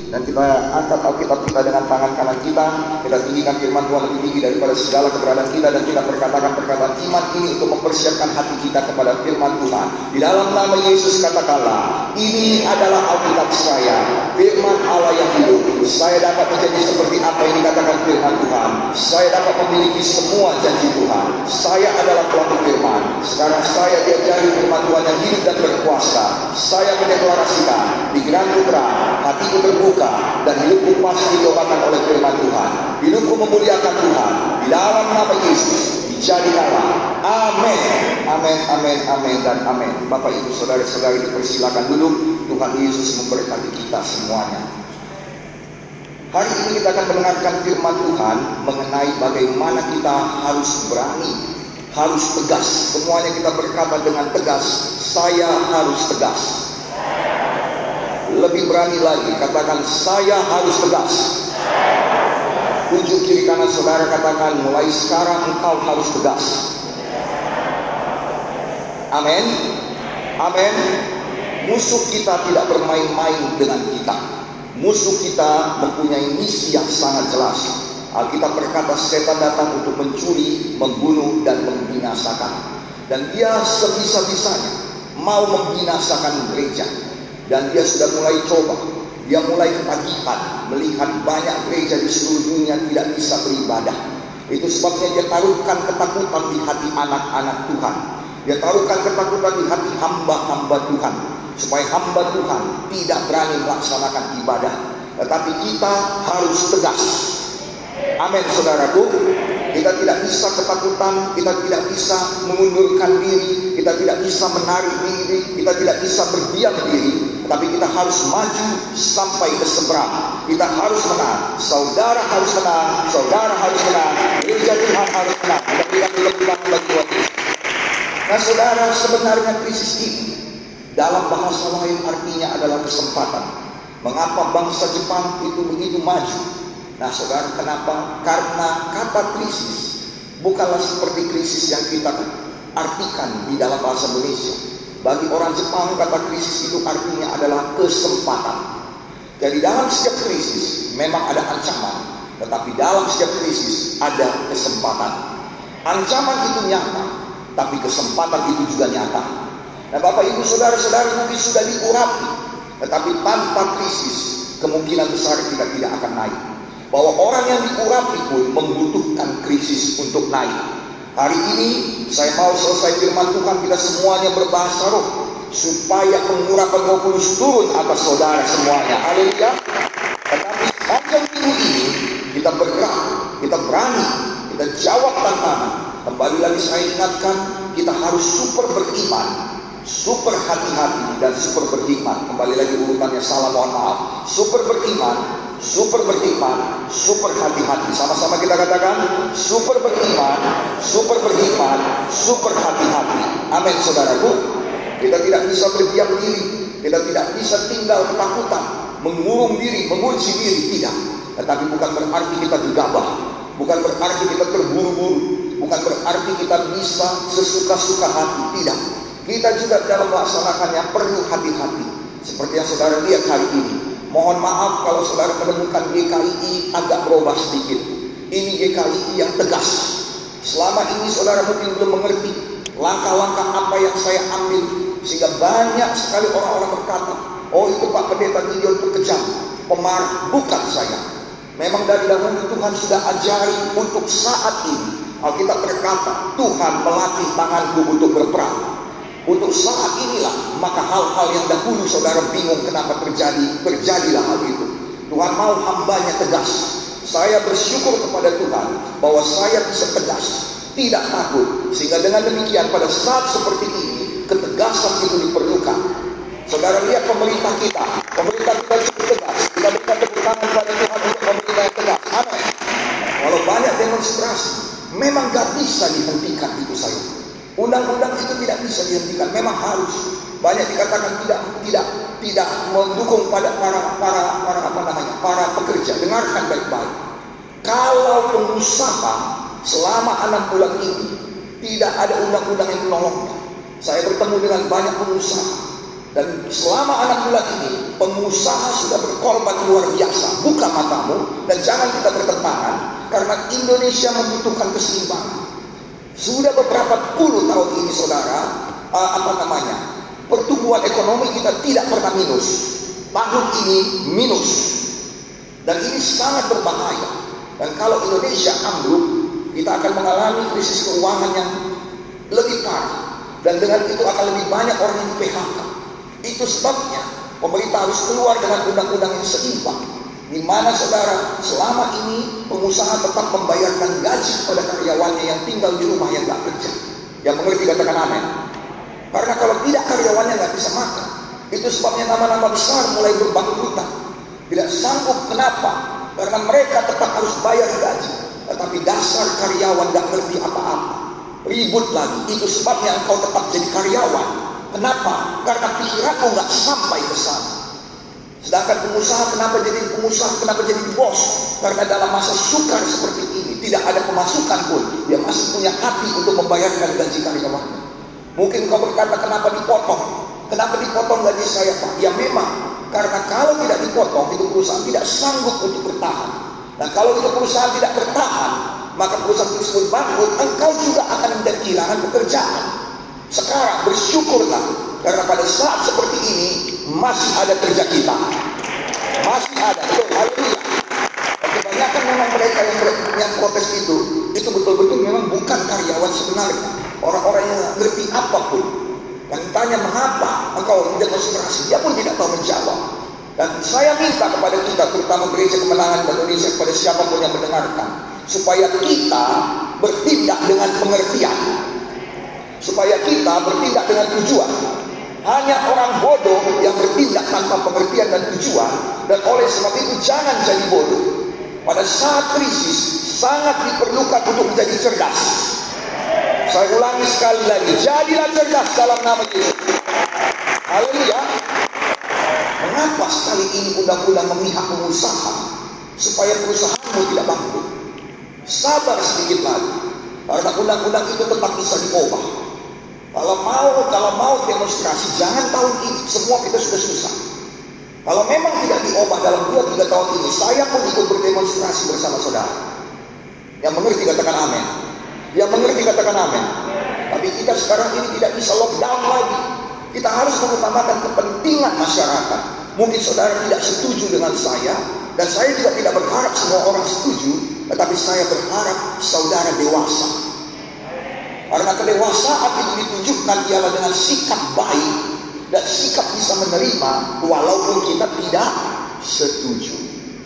dan kita angkat Alkitab kita dengan tangan kanan kita. Kita tinggikan firman Tuhan lebih tinggi daripada segala keberadaan kita, dan kita berkatakan perkataan iman ini untuk mempersiapkan hati kita kepada firman Tuhan. Di dalam nama Yesus katakanlah, ini adalah Alkitab saya, firman Allah yang hidup. Saya dapat menjadi seperti apa yang dikatakan firman Tuhan. Saya dapat memiliki semua janji Tuhan. Saya adalah pelaku firman. Sekarang saya diajari firman Tuhan yang hidup dan berkuasa. Saya mendeklarasikan di Pikiran putra, hatiku terbuka, dan hidupku pasti diobatkan oleh firman Tuhan. Hidupku memuliakan Tuhan. Di dalam nama Yesus, dijadikanlah. Amin. Amin, amin, amin, dan amin. Bapak, Ibu, saudara-saudari, dipersilakan dulu. Tuhan Yesus memberkati kita semuanya. Hari ini kita akan mendengarkan firman Tuhan mengenai bagaimana kita harus berani, harus tegas. Semuanya kita berkata dengan tegas, saya harus tegas. Lebih berani lagi, katakan saya harus tegas. Tunjuk kiri kanan saudara, katakan mulai sekarang engkau harus tegas. Amin. Amin. Musuh kita tidak bermain-main dengan kita. Musuh kita mempunyai misi yang sangat jelas. Alkitab berkata setan datang untuk mencuri, membunuh, dan membinasakan. Dan dia sebisa-bisanya mau membinasakan gereja. Dan dia sudah mulai coba. Dia mulai ketagihan melihat banyak gereja di seluruh dunia tidak bisa beribadah. Itu sebabnya dia taruhkan ketakutan di hati anak-anak Tuhan. Dia taruhkan ketakutan di hati hamba-hamba Tuhan, supaya hamba Tuhan tidak berani melaksanakan ibadah. Tetapi kita harus tegas. Amin, saudaraku. Kita tidak bisa ketakutan, kita tidak bisa mengundurkan diri, kita tidak bisa menarik diri, kita tidak bisa berdiam diri. Tapi kita harus maju sampai ke seberang. Kita harus menang. Saudara harus menang. Saudara harus menang. Gereja Tuhan harus menang. Dan kita lebih bagi Tuhan. Nah saudara, sebenarnya krisis ini dalam bahasa lain artinya adalah kesempatan. Mengapa bangsa Jepang itu begitu maju? Nah saudara, kenapa? Karena kata krisis bukanlah seperti krisis yang kita artikan di dalam bahasa Indonesia. Bagi orang Jepang, kata krisis itu artinya adalah kesempatan. Jadi dalam setiap krisis memang ada ancaman, tetapi dalam setiap krisis ada kesempatan. Ancaman itu nyata, tapi kesempatan itu juga nyata. Nah Bapak Ibu saudara-saudara, mungkin sudah diurapi, tetapi tanpa krisis kemungkinan besar kita tidak akan naik. Bahwa orang yang diurapi pun membutuhkan krisis untuk naik. Hari ini saya mau selesai firman Tuhan, kita semuanya berbahasa roh, supaya pengurapan Roh Kudus turun atas saudara semuanya. Haleluya. Tetapi sepanjang minggu ini kita bergerak, kita berani, kita jawab tantangan. Kembali lagi saya ingatkan, kita harus super beriman, super hati-hati, dan super berhikmat. Kembali lagi urutannya salah, mohon maaf. Super beriman, super berhikmat, super hati-hati. Sama-sama kita katakan, super beriman, super berhikmat, super hati-hati. Amin saudaraku. Kita tidak bisa berdiam diri, kita tidak bisa tinggal ketakutan, mengurung diri, mengunci diri, tidak. Tetapi bukan berarti kita gegabah, bukan berarti kita terburu-buru, bukan berarti kita bisa sesuka-suka hati, tidak. Kita juga dalam melaksanakannya perlu hati-hati. Seperti yang saudara lihat hari ini. Mohon maaf kalau saudara menemukan GKI agak berubah sedikit. Ini GKI yang tegas. Selama ini saudara mungkin belum mengerti langkah-langkah apa yang saya ambil, sehingga banyak sekali orang-orang berkata, oh itu Pak Pendeta Gideon itu kejam, pemarah. Bukan saya. Memang dari dahulu Tuhan sudah ajari untuk saat ini. Alkitab berkata, Tuhan melatih tanganku untuk berperang. Untuk saat inilah, maka hal-hal yang dahulu saudara bingung kenapa terjadi, terjadilah hal itu. Tuhan mau hambanya tegas. Saya bersyukur kepada Tuhan bahwa saya bisa tegas, tidak takut. Sehingga dengan demikian pada saat seperti ini, ketegasan itu diperlukan. Saudara lihat pemerintah kita cukup tegas. Kita berikan tepuk tangan kepada Tuhan untuk pemerintah yang tegas. Amin. Walau banyak demonstrasi, memang gak bisa dihentikan itu saya. Undang-undang itu tidak bisa dihentikan, memang harus. Banyak dikatakan tidak mendukung pada para pekerja. Dengarkan baik-baik. Kalau pengusaha selama 6 bulan ini tidak ada undang-undang yang menolongnya. Saya bertemu dengan banyak pengusaha. Dan selama 6 bulan ini, pengusaha sudah berkorban luar biasa. Buka matamu dan jangan kita bertentangan, karena Indonesia membutuhkan keseimbangan. Sudah beberapa puluh tahun ini, saudara, pertumbuhan ekonomi kita tidak pernah minus. Tahun ini minus. Dan ini sangat berbahaya. Dan kalau Indonesia ambruk, kita akan mengalami krisis keuangan yang lebih parah. Dan dengan itu akan lebih banyak orang yang PHK. Itu sebabnya pemerintah harus keluar dengan undang-undang yang seimbang, di mana saudara, selama ini pengusaha tetap membayarkan gaji pada karyawannya yang tinggal di rumah yang tidak kerja. Yang mengerti katakan amin. Karena kalau tidak, karyawannya nggak bisa makan. Itu sebabnya nama-nama besar mulai berbangkrutan. Tidak sanggup. Kenapa? Karena mereka tetap harus bayar gaji, tetapi dasar karyawan nggak ngerti apa-apa. Ribut lagi. Itu sebabnya engkau tetap jadi karyawan. Kenapa? Karena pikiranmu nggak sampai ke sana. Sedangkan pengusaha, kenapa jadi pengusaha, kenapa jadi bos? Karena dalam masa sukar seperti ini, tidak ada pemasukan pun, dia masih punya hati untuk membayarkan gaji karyawannya. Mungkin kau berkata, kenapa dipotong? Kenapa dipotong gaji saya, Pak? Ya memang, karena kalau tidak dipotong, itu perusahaan tidak sanggup untuk bertahan. Dan kalau itu perusahaan tidak bertahan, maka perusahaan tersebut bangkrut, engkau juga akan kehilangan pekerjaan. Sekarang bersyukurlah, karena pada saat seperti ini masih ada kerja kita, masih ada. Haleluya. Kebanyakan memang mereka yang protes itu betul-betul memang bukan karyawan sebenarnya, orang-orang yang ngerti apapun. Dan tanya mengapa engkau demonstrasi, dia pun tidak tahu menjawab. Dan saya minta kepada kita, terutama Gereja Kemenangan Indonesia, kepada siapapun yang mendengarkan, supaya kita bertindak dengan pengertian, supaya kita bertindak dengan tujuan. Hanya orang bodoh yang bertindak tanpa pengertian dan tujuan. Dan oleh sebab itu jangan jadi bodoh. Pada saat krisis sangat diperlukan untuk menjadi cerdas. Saya ulangi sekali lagi, jadilah cerdas dalam nama Yesus. Haleluya. Mengapa sekali ini undang-undang memihak pengusaha? Supaya perusahaanmu tidak bangkrut. Sabar sedikit lagi, karena undang-undang itu tetap bisa diubah. Kalau mau demonstrasi, jangan tahun ini, semua kita sudah susah. Kalau memang tidak diubah dalam 2-3 tahun ini, saya pun ikut berdemonstrasi bersama saudara. Yang mengerti katakan amin. Yang mengerti katakan amin. Tapi kita sekarang ini tidak bisa lockdown lagi. Kita harus mengutamakan kepentingan masyarakat. Mungkin saudara tidak setuju dengan saya, dan saya juga tidak berharap semua orang setuju, tetapi saya berharap saudara dewasa. Karena kedewasaan itu ditunjukkan ialah dengan sikap baik dan sikap bisa menerima walaupun kita tidak setuju.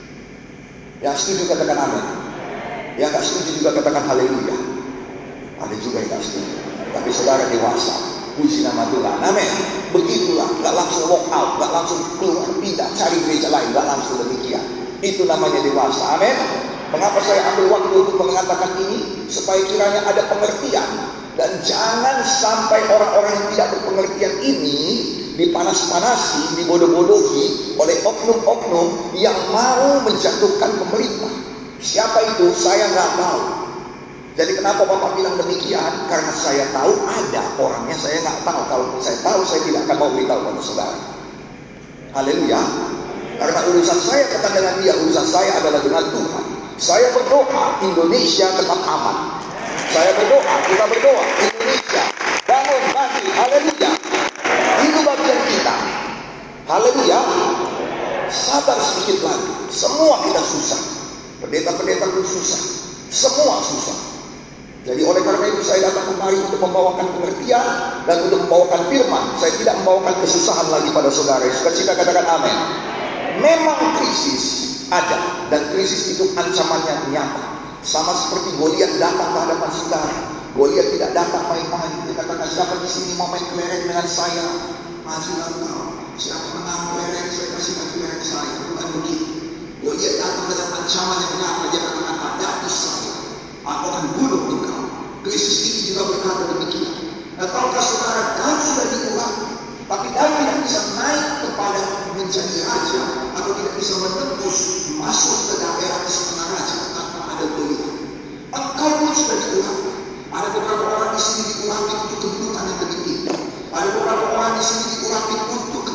Yang setuju katakan amin. Yang tak setuju juga katakan haleluya. Ada juga yang tak setuju. Tapi saudara dewasa, puji nama Tuhan. Amin. Begitulah, gak langsung walk out, gak langsung keluar pindah cari gereja lain, gak langsung demikian. Itu namanya dewasa. Amin. Mengapa saya ambil waktu untuk mengatakan ini? Supaya kiranya ada pengertian. Dan jangan sampai orang-orang yang tidak berpengertian ini dipanas-panasi, dibodoh-bodohi oleh oknum-oknum yang mau menjatuhkan pemerintah. Siapa itu? Saya nggak tahu. Jadi kenapa Bapak bilang demikian? Karena saya tahu ada orangnya, saya nggak tahu. Kalau saya tahu, saya tidak akan mau beritahu kepada saudara. Haleluya. Karena urusan saya bukan dengan dia, urusan saya adalah dengan Tuhan. Saya berdoa Indonesia tetap aman. Saya berdoa, kita berdoa Indonesia bangun lagi. Haleluya. Itu bagian kita. Haleluya. Sabar sedikit lagi. Semua kita susah. Pendeta-pendeta pun susah. Semua susah. Jadi oleh karena itu saya datang kemari untuk membawakan pengertian dan untuk membawakan firman. Saya tidak membawakan kesusahan lagi pada saudara. Sukacita katakan amin. Memang krisis ada, dan krisis itu ancamannya nyata. Sama seperti Goliat datang ke hadapan saudara. Goliat tidak datang main-main. Dia katakan, siapa di sini mau main kelereng dengan saya? Majulah kau. Siapa menang kelereng, saya kasih kelereng saya. Bukan begitu. Goliat datang dengan ancaman yang nyata. Dia katakan, hadapi saya, aku akan bunuh engkau. Krisis ini juga berkata demikian. Dan tahukah saudara, Daud sudah dikurangi, tapi Daud tidak bisa naik kepada menjadi raja, atau tidak bisa menembus masuk ke daerah istana raja tanpa ada Goliat. Engkau pun sudah dikurangi. Ada beberapa orang di sini dikurangi untuk kedudukan yang lebih tinggi. Ada beberapa orang di sini dikurangi untuk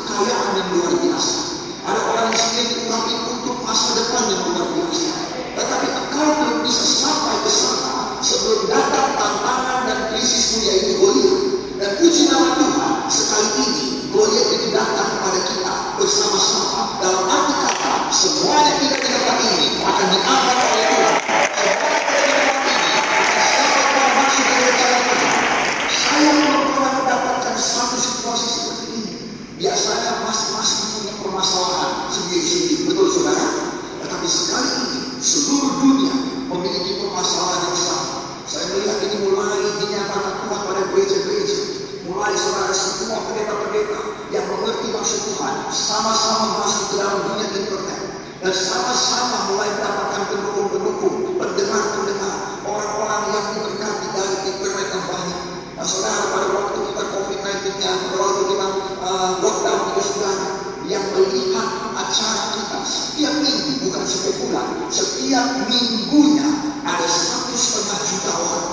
mulia itu Goliat. Dan puji nama Tuhan, sekali ini Goliat itu datang kepada kita bersama-sama. Dalam arti kata, semuanya kita di tempat ini akan diangkat oleh Tuhan. Saya belum pernah mendapatkan satu situasi seperti ini. Biasanya masing-masing punya permasalahan sendiri-sendiri, betul saudara? Tetapi sekali ini seluruh dunia memiliki permasalahan yang sama. Saya melihat ini mulai dinyatakan Tuhan pada gereja-gereja. Mulai saudara semua pendeta-pendeta yang mengerti maksud Tuhan sama-sama masuk ke dalam dunia internet. Dan sama-sama mulai mendapatkan pendukung-pendukung, pendengar-pendengar, orang-orang yang diberkati dari internet yang banyak. Nah saudara, pada waktu kita COVID-19-nya, pada waktu kita lockdown itu saudara, yang melihat acara kita setiap minggu, bukan setiap bulan, setiap minggunya ada 1,5 juta orang.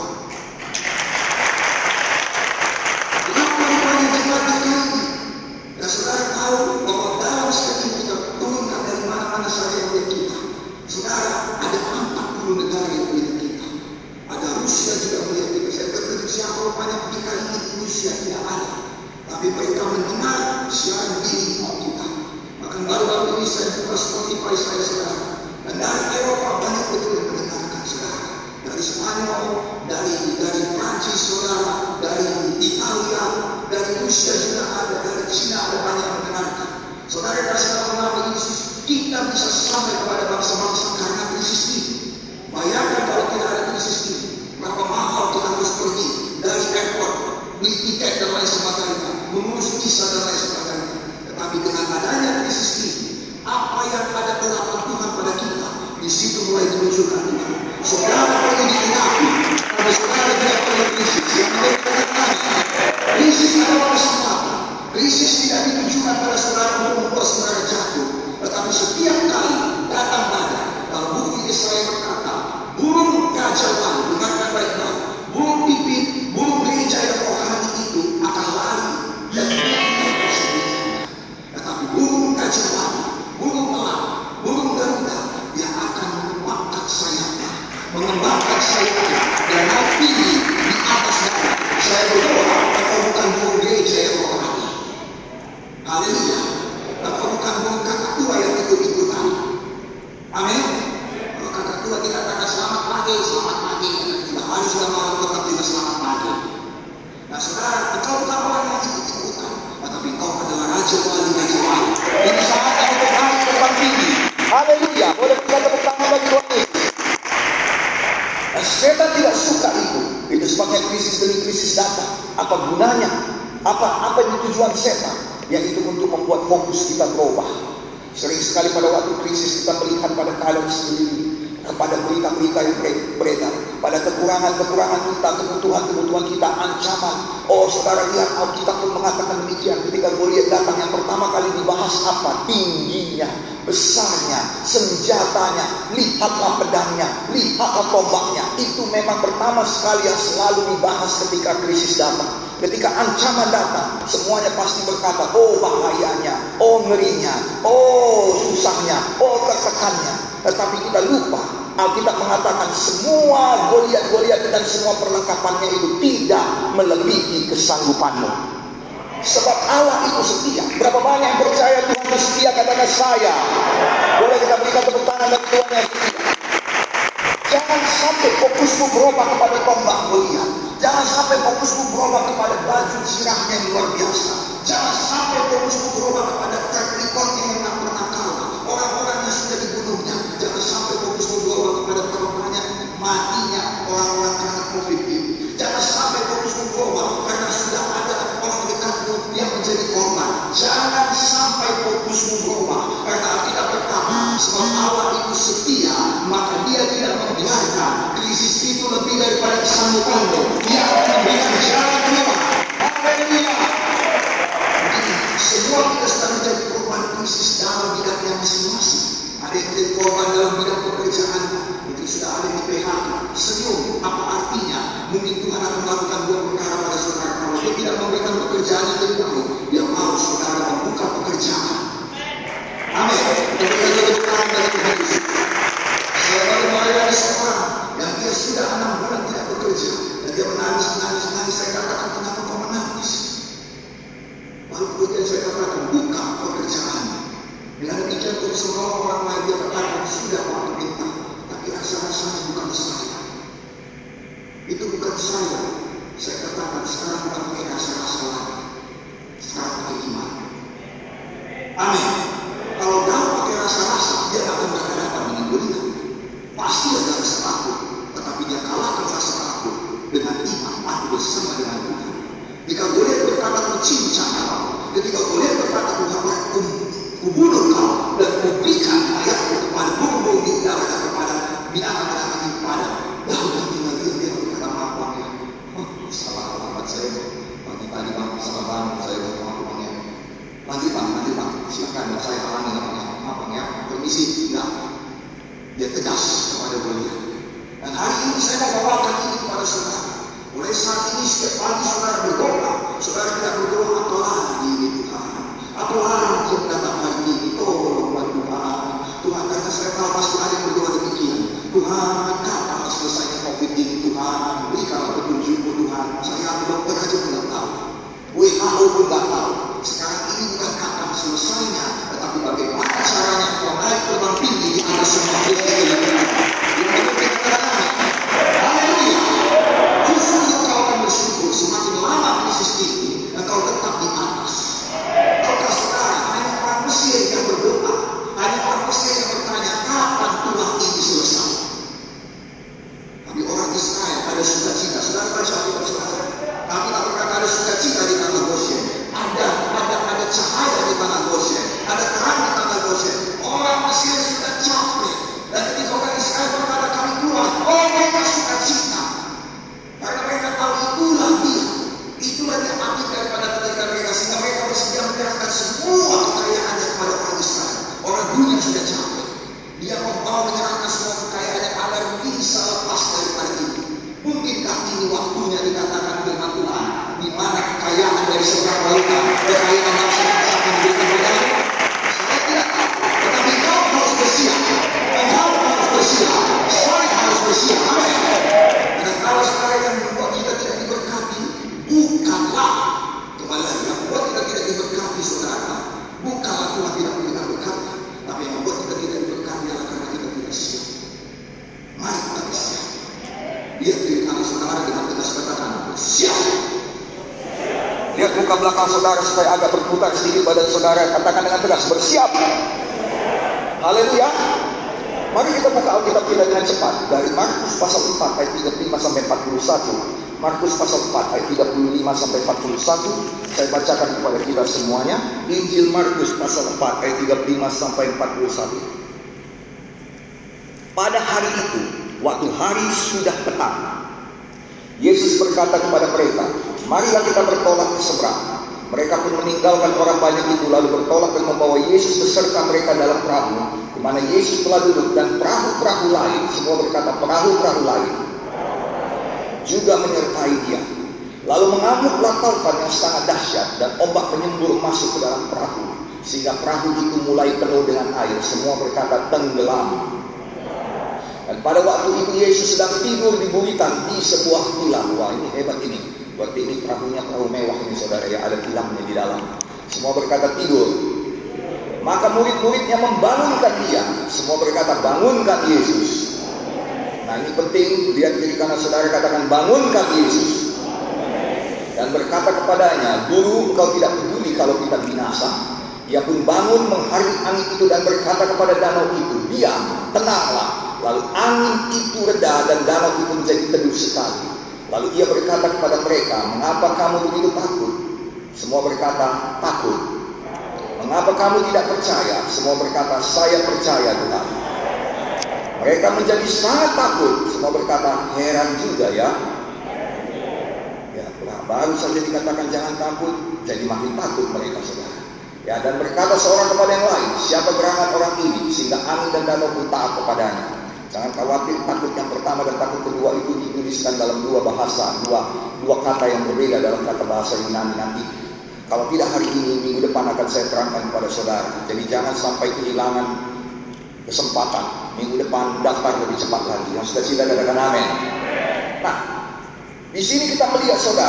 Kenapa rupanya jemaat ini? Dan saudara tahu bahwa dalam setiap minggu kita turunkan dari mana-mana saja yang melihat kita. Saudara, ada 40 negara yang melihat kita. Ada Rusia juga melihat kita. Saya berpikir siapa rupanya mereka ini di Rusia tidak ada. Tapi mereka mendengar siaran diri kita. Bahkan baru-baru ini saya buka Spotify saya saudara. Dan dari Eropa banyak betul yang mendengarkan saudara. Dari Spanyol, dari Prancis saudara, dari Italia, dari Rusia juga ada, dari Cina ada banyak yang mendengarkan. Saudara kasih dalam nama Yesus, kita bisa sampai kepada bangsa-bangsa karena krisis ini. Bayangkan kalau tidak ada krisis ini, berapa mahal kita harus pergi dari airport, beli tiket dan lain sebagainya, mengurus visa dan lain sebagainya. Tetapi dengan adanya krisis ini, apa yang ada harapan Tuhan pada kita, di situ mulai dimunculkan Tuhan. Saudara perlu diingati, karena saudara tidak perlu krisis. Yang menentukan krisis adalah kesempatan. Krisis tidak ditujukan pada saudara untuk membuat saudara jatuh, tetapi setiap kali datang badai. Dalam buku Yesaya berkata, burung kacauan, dengarkan baik-baik, burung pipit, burung gereja yang rohani itu akan lari dan meninggalkan persembunyiannya. Tetapi burung kacauan, burung elang, burung garuda, dia akan mengembangkan sayapnya, dan naik tinggi di atas darat. Saya berdoa, engkau bukan burung gereja yang rohani. Haleluya. Engkau bukan burung kakak tua yang ikut-ikutan. Amin. Kalau kakak tua tidak kata selamat pagi, kita harus lama tetap tidak selamat pagi. Nah saudara, engkau bukan orang yang ikut-ikutan, tetapi engkau adalah raja wali. Ini saatnya untuk naik terbang tinggi. Haleluya. Boleh kita tepuk tangan bagi Tuhan Yesus. Dan setan tidak suka itu. Itu sebabnya krisis demi krisis datang. Apa gunanya? Apa yang tujuan setan? Yaitu untuk membuat fokus kita berubah. Sering sekali pada waktu krisis kita melihat pada keadaan sendiri, kepada berita-berita yang beredar, pada kekurangan-kekurangan kita, kebutuhan kita, ancaman. Oh saudara lihat, Alkitab pun mengatakan demikian. Ketika Goliat datang, yang pertama kali dibahas apa? Tingginya, besarnya, senjatanya, lihatlah pedangnya, lihatlah tombaknya. Itu memang pertama sekali yang selalu dibahas ketika krisis datang. Ketika ancaman datang, semuanya pasti berkata, oh bahayanya, oh ngerinya, oh susahnya, oh tertekannya. Tetapi kita lupa, Alkitab mengatakan semua Goliat dan semua perlengkapannya itu tidak melebihi kesanggupanmu. Sebab Allah itu setia. Berapa banyak yang percaya Tuhan itu setia? Katakan saya. Boleh kita berikan tepuk tangan bagi Tuhan yang setia. Jangan sampai fokusmu berubah kepada tombak Goliat. Jangan sampai fokusmu berubah kepada baju zirahnya yang luar biasa. Jangan sampai fokusmu berubah kepada track recordnya yang tak pernah kalah, orang-orang yang sudah dibunuhnya. Jangan sampai fokusmu berubah kepada banyak matinya orang-orang karena COVID ini. Jangan sampai fokusmu berubah karena sudah ada orang dekatmu yang menjadi korban. Jangan sampai fokusmu berubah karena kita berkata, sebab Allah itu setia, maka Dia tidak membiarkan krisis itu lebih daripada kesanggupanmu. Dia akan memberikan jalan keluar. Haleluya. Jadi semua kita sedang menjadi korban krisis dalam bidangnya masing-masing. Ada yang menjadi korban dalam bidang pekerjaan, itu sudah ada di PHK. Senyum, apa artinya? Mungkin Tuhan akan melakukan dua perkara pada saudara. Kalau Dia tidak memberikan pekerjaan yang lebih baik, Dia mau saudara membuka pekerjaan. Amin. Kita tepuk tangan bagi Tuhan Yesus. Saya baru melayani seorang yang dia sudah 6 bulan tidak bekerja, dan dia menangis. Saya Kalau orang lain dia katakan sudah waktu minta, tapi rasa-rasanya bukan saya. Itu bukan saya. Saya katakan sekarang bukan pakai rasa-rasa lagi. Sekarang pakai iman. Amin. Kalau kau pakai rasa-rasa, dia akan berhadapan dengan goliat. Pasti ada rasa takut, tetapi dia kalahkan rasa takut dengan iman. Aku bersama dengan Tuhan. Jika goliat berkata kucincang kau, ketika goliat berkata kubunuh kau dan kuberikan ayatku kepada burung-burung di udara dan kepada binatang-binatang di padang, Daud tinggal dia berkata maaf ya. Salah alamat saya. Pagi-pagi bang, salah banget saya maaf ya. Nanti bang, silakan saya halangi namanya. Maaf bang ya, permisi. Enggak. Dia tegas kepada goliat. Dan hari ini saya mau bawakan ini kepada saudara. Mulai saat ini setiap pagi saudara berdoa, saudara tidak berdoa apa lagi ini Tuhan, apa lagi yang datang hari ini, tolong Tuhan. Tuhan, karena saya tahu pasti ada yang berdoa demikian. Tuhan, kapan selesainya COVID ini Tuhan, berikanlah petunjukmu Tuhan. Saya dokter aja tidak tahu, WHO pun tidak tahu. Sekarang ini bukan kapan selesainya, tetapi bagaimana caranya kau naik terbang tinggi di atas semua krisis ini. Semakin lama krisis ini, engkau tetap di atas. Kau saudara, hanya orang Mesir yang berdoa, hanya orang Mesir yang bertanya, kapan Tuhan ini selesai? Tapi orang Israel ada sukacita. Saudara baca Alkitab saudara. Kami tak berkata ada sukacita di tanah Goshen. Ada cahaya di tanah Goshen. Ada terang di tanah Goshen. Orang Mesir sudah capek. Dan ketika orang Israel berkata kami keluar, oh mereka sukacita. Karena mereka tahu itulah yang ambil daripada ketika mereka, sehingga mereka bersedia menyerahkan semua kekayaannya kepada orang Israel. Orang dunia sudah capek. Dia mau menyerahkan semua kekayaannya agar bisa lepas daripada itu. Mungkinkah ini waktunya dikatakan firman Tuhan, di mana kekayaan dari seberang lautan, kekayaan bangsa-bangsa akan diberikan padamu? Saya tidak tahu, tetapi kau harus bersiap. Engkau harus bersiap. Saya harus bersiap. Amin. Dan kalau sekarang yang membuat kita tidak diberkati, bukanlah kembali lagi yang membuat kita tidak diberkati saudara, bukanlah Tuhan tidak memberikan berkat, tapi yang membuat kita tidak diberkati adalah karena kita tidak siap. Mari kita bersiap. Lihat diri kanan saudara dengan tegas katakan siap. Lihat muka belakang saudara supaya agak berputar sedikit badan saudara, katakan dengan tegas bersiap. Haleluya. Mari kita buka Alkitab kita dengan cepat dari Markus pasal 4 ayat 35 sampai 41. Markus pasal 4 ayat 35 sampai 41. Saya bacakan kepada kita semuanya. Injil Markus pasal 4 ayat 35 sampai 41. Pada hari itu, waktu hari sudah petang, Yesus berkata kepada mereka, marilah kita bertolak ke seberang. Mereka pun meninggalkan orang banyak itu lalu bertolak dan membawa Yesus beserta mereka dalam perahu, di mana Yesus telah duduk, dan perahu-perahu lain, semua berkata perahu-perahu lain, juga menyertai dia. Lalu mengamuklah taufan yang sangat dahsyat, dan ombak menyembur masuk ke dalam perahu, sehingga perahu itu mulai penuh dengan air. Semua berkata tenggelam. Dan pada waktu itu Yesus sedang tidur di buritan di sebuah tilam. Wah, ini hebat ini. Berarti ini perahunya perahu mewah ini saudara, ya ada tilamnya di dalam. Semua berkata tidur. Maka murid-muridnya membangunkan dia. Semua berkata bangunkan Yesus. Nah ini penting, lihat diri kanan saudara, katakan bangunkan Yesus. Dan berkata kepadanya, Guru, engkau tidak peduli kalau kita binasa. Ia pun bangun mengharik angin itu dan berkata kepada danau itu, diam, tenanglah. Lalu angin itu reda dan danau itu menjadi teduh sekali. Lalu ia berkata kepada mereka, mengapa kamu begitu takut? Semua berkata, takut. Mengapa kamu tidak percaya? Semua berkata, saya percaya Tuhan. Mereka menjadi sangat takut. Semua berkata, heran juga ya. Ya, baru saja dikatakan jangan takut, jadi makin takut mereka saudara. Ya, dan berkata seorang kepada yang lain, siapa gerangan orang ini sehingga angin dan danau pun taat kepadanya? Jangan khawatir, takut yang pertama dan takut kedua itu dituliskan dalam dua bahasa, dua kata yang berbeda dalam kata bahasa Yunani nanti. Kalau tidak hari ini, minggu depan akan saya terangkan kepada saudara. Jadi jangan sampai kehilangan kesempatan. Minggu depan daftar lebih cepat lagi. Yang sudah sila katakan amin. Nah, di sini kita melihat saudara,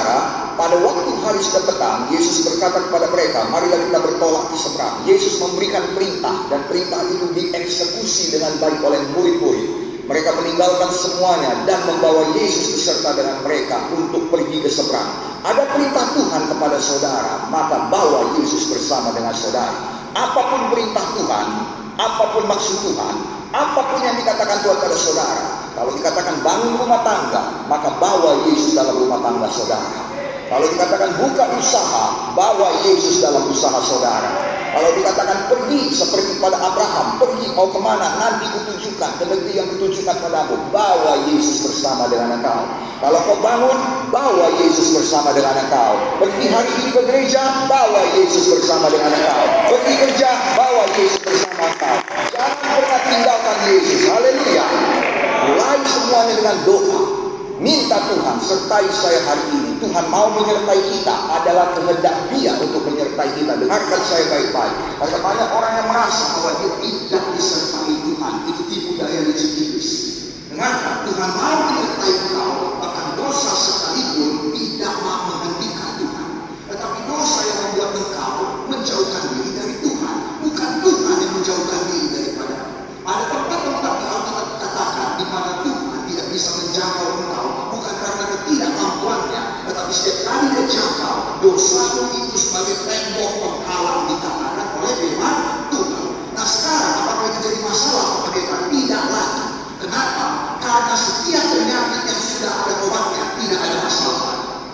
pada waktu hari sudah petang, Yesus berkata kepada mereka, marilah kita bertolak di seberang. Yesus memberikan perintah, dan perintah itu dieksekusi dengan baik oleh murid-murid. Mereka meninggalkan semuanya dan membawa Yesus beserta dengan mereka untuk pergi ke seberang. Ada perintah Tuhan kepada saudara, maka bawa Yesus bersama dengan saudara. Apapun perintah Tuhan, apapun maksud Tuhan, apapun yang dikatakan Tuhan pada saudara, kalau dikatakan bangun rumah tangga, maka bawa Yesus dalam rumah tangga saudara. Kalau dikatakan buka usaha, bawa Yesus dalam usaha saudara. Kalau dikatakan pergi seperti pada Abraham, pergi mau kemana, nanti kutunjukkan ke negeri yang kutunjukkan padamu, bawa Yesus bersama dengan engkau. Kalau kau bangun, bawa Yesus bersama dengan engkau. Pergi hari ini ke gereja, bawa Yesus bersama dengan engkau. Pergi kerja, bawa Yesus bersama engkau. Jangan pernah tinggalkan Yesus. Haleluya. Mulai semuanya dengan doa. Minta Tuhan, sertai saya hari ini. Tuhan mau menyertai kita, adalah kehendak Dia untuk menyertai kita. Dengarkan saya baik-baik. Karena banyak orang yang merasa bahwa dia tidak disertai Tuhan. Itu tipu daya iblis. Dengarkan, Tuhan mau menyertai kau, bahkan dosa sekalipun tidak mau menghentikan Tuhan. Tetapi dosa yang membuat engkau menjauhkan diri dari Tuhan, bukan Tuhan yang menjauhkan diri daripada. Ada tempat-tempat di Alkitab katakan di mana Tuhan tidak bisa menjangkau engkau, bukan karena ketidakmampuannya, tetapi setiap kali dia jangkau, dosamu itu sebagai tembok penghalang dikatakan oleh firman Tuhan. Nah sekarang apakah itu jadi masalah kepada kita? Tidak lagi. Kenapa? Karena setiap penyakit yang sudah ada obatnya tidak ada masalah.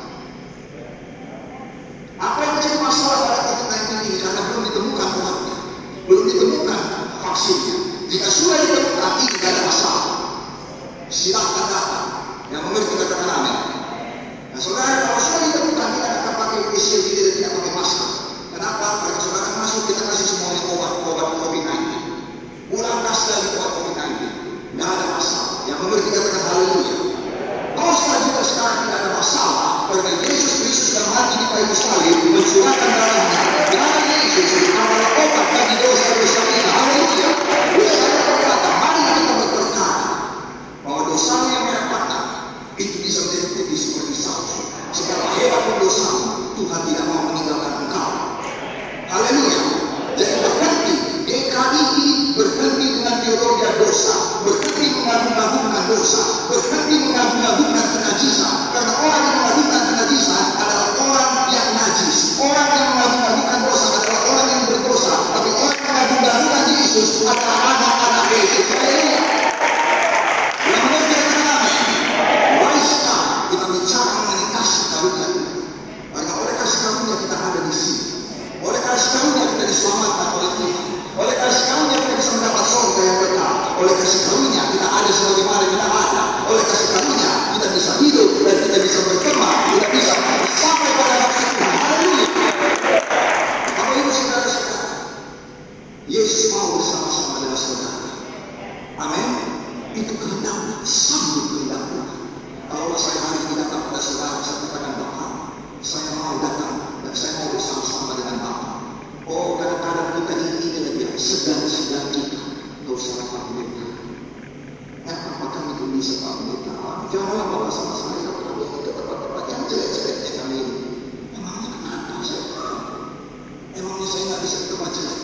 Apa yang menjadi masalah pada COVID-19 ini? Karena belum ditemukan obatnya, belum ditemukan vaksinnya. Jika sudah ditemukan, ini tidak ada masalah. Silahkan datang. Yang mengerti katakan amin. Nah saudara, kalau sudah ditemukan, kita akan pakai facial diri dan tidak pakai masker. Kenapa? Karena saudara masuk, kita kasih semuanya obat COVID-19. Ulang kas lagi obat COVID-19. Tidak ada masalah. Yang mengerti katakan haleluya. Dosa juga sekarang tidak ada masalah, karena Yesus Kristus yang mati di kayu salib mencurahkan darahnya. Darah Yesus adalah obat bagi dosa-dosa kita. Haleluya. Saya berkata, mari kita berperkara bahwa dosa yang merepotkan itu bisa menjadi putih seperti salju. Seberapa hebat pun dosamu, Tuhan tidak mau meninggalkan engkau. Haleluya. Jadi berhenti DKI, berhenti dengan teologi dosa, berhenti mengagung-agungkan dosa, berhenti mengagung-agungkan kenajisan. Karena orang yang mengagung-agungkan kenajisan adalah orang yang najis. Orang yang mengagung-agungkan dosa adalah orang yang berdosa. Tapi orang yang mengagung-agungkan Yesus adalah anak-anak Yesus. Haleluya. Yang mengerti katakan mulai sekarang kita bicara mengenai kasih karunia. Karena oleh kasih karunia kita ada di sini. Oleh kasih karunia kita diselamatkan oleh Tuhan. Oleh kasih karunia kita bisa mendapat surga yang kekal. Oleh kasih karunia kita ada sebagaimana kita ada. Oleh kasih karunia kita bisa hidup dan kita bisa berkembang. Kita bisa sampai pada maksud Tuhan. Haleluya. Bapak Ibu saudara-saudara, Yesus mau bersama-sama dengan saudara. Amin. Itu kehendak, sambut kehendak Tuhan. Kalau saya hari ini datang pada saudara, saya katakan Bapak, saya mau datang dan saya mau bersama-sama dengan Bapak. Oh, kadang-kadang kita ingin lebih sedang-sedang kita. Dosa pamit. Apakah itu bisa pamit? Janganlah bawa sama saya ke tempat-tempat yang jelek-jeleknya kali ini. Emangnya kenapa saya? Emangnya saya nggak bisa ke tempat jelek?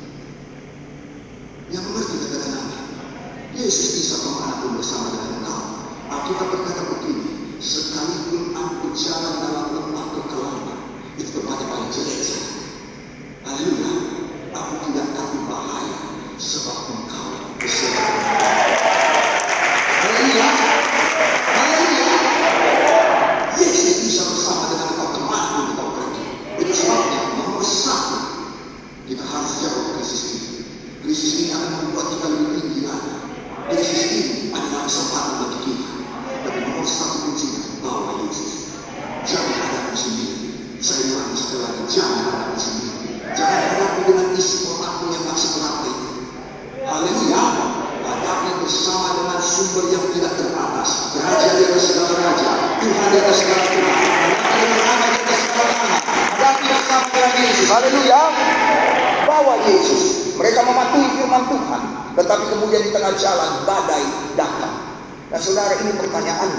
Yang mengerti katakan amin. Yesus bisa kemanapun bersama dengan engkau. Alkitab berkata begini, sekalipun aku jalan dalam lembah kekelaman, itu tempat yang paling jelek saya. Haleluya, aku tidak takut bahaya, sebab engkau bersama. Haleluya, haleluya. Yesus bisa bersama dengan engkau kemanapun engkau pergi. Itu sebabnya nomor satu, kita harus jauh krisis ini. Krisis ini akan membuat kita lebih tinggi lagi. Krisis ini adalah kesempatan bagi kita. Tapi nomor satu kuncinya, bawa Yesus. Jangan hadapi sendiri. Saya ulangi sekali lagi, jangan hadapi sendiri. Jangan hadapi dengan isi otakmu yang tak seberapa itu. Haleluya. Hadapi bersama dengan sumber yang tidak terbatas. Raja di atas segala raja, Tuhan di atas segala Tuhan. Hadapi dengan anak di atas segala anak. Hadapi bersama dengan Yesus. Haleluya. Bawa Yesus. Mereka mematuhi firman Tuhan, tetapi kemudian di tengah jalan badai datang. Dan saudara, ini pertanyaannya,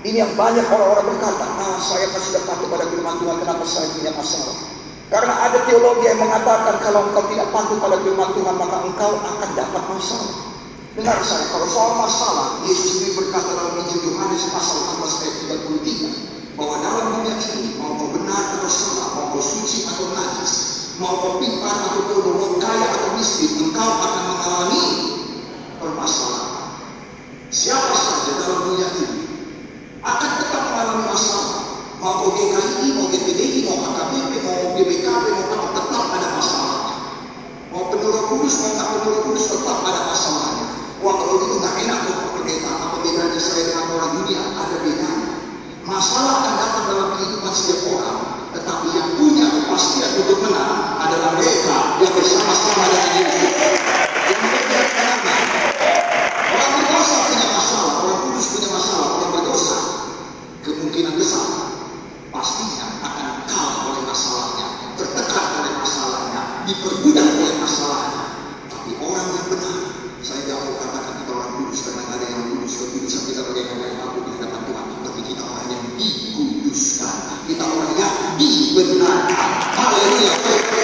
Ini yang banyak orang-orang berkata, saya kan sudah patuh pada firman Tuhan, kenapa saya punya masalah? Karena ada teologi yang mengatakan kalau engkau tidak patuh pada firman Tuhan, maka engkau akan dapat masalah. Dengar saya, kalau soal masalah, Yesus sendiri berkata dalam Injil Yohanes pasal 14 ayat 33, bahwa dalam dunia ini, mau kau benar atau salah, mau kau suci atau najis, mau kau pintar atau bodoh, kaya atau miskin, engkau akan mengalami permasalahan. Siapa saja dalam dunia ini akan tetap mengalami masalah. Mau kau GKI, mau GPDI, mau HKBP, mau BBKB, mau apa, tetap ada masalahnya. Mau penuh Roh Kudus, mau tak penuh Roh Kudus, tetap ada masalahnya. Wah, kalau gitu nggak enak tuh Pak Pendeta. Apa bedanya saya dengan orang dunia? Ada bedanya. Masalah akan datang dalam kehidupan setiap orang, tetapi yang punya kepastian untuk menang adalah mereka yang bersama-sama dengan Yesus. Yang mereka kenal. Orang berdosa punya masalah, orang kudus punya masalah, orang berdosa kemungkinan besar pastinya akan kalah oleh masalahnya, tertekan oleh masalahnya, diperbudak oleh masalahnya. Tapi orang yang benar, saya jauh katakan kita orang kudus karena ada yang kudus, kekudusan kita bagaikan yang mampu di hadapan Tuhan, tapi kita orang yang dikuduskan, kita orang yang dibenarkan. Haleluya.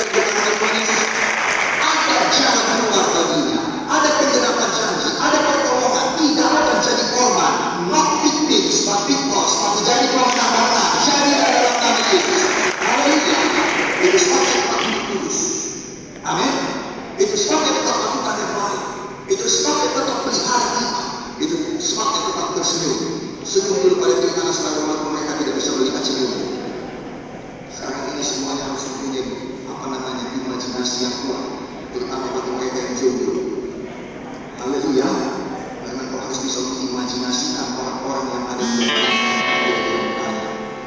Ada jalan keluar baginya, ada penjelasan janji, ada pertolongan, tidak akan jadi korban, not victims, but victors, tapi jadi pemenang-pemenang, jadi dalam nama Yesus. Haleluya. Itu sebabnya kita hidup kudus. Amin. Itu sebabnya kita lakukan yang baik. Itu sebabnya tetap pelihara iman. Itu sebabnya tetap tersenyum. Senyum dulu pada diri saudara, walaupun mereka tidak bisa melihat senyum. Sekarang ini semuanya harus mempunyai imajinasi yang kuat, terutama bagi mereka yang jomblo. Haleluya. Karena kau harus bisa mengimajinasikan orang-orang yang ada di dalam kaya.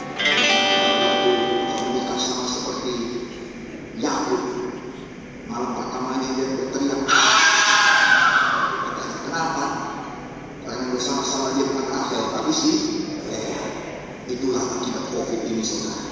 Kau menikah sama seperti Yakub. Malam pertamanya dia berteriak. Kenapa? Karena bersama-sama dia dengan Rahel. Tapi sih, itulah akibat COVID ini saudara.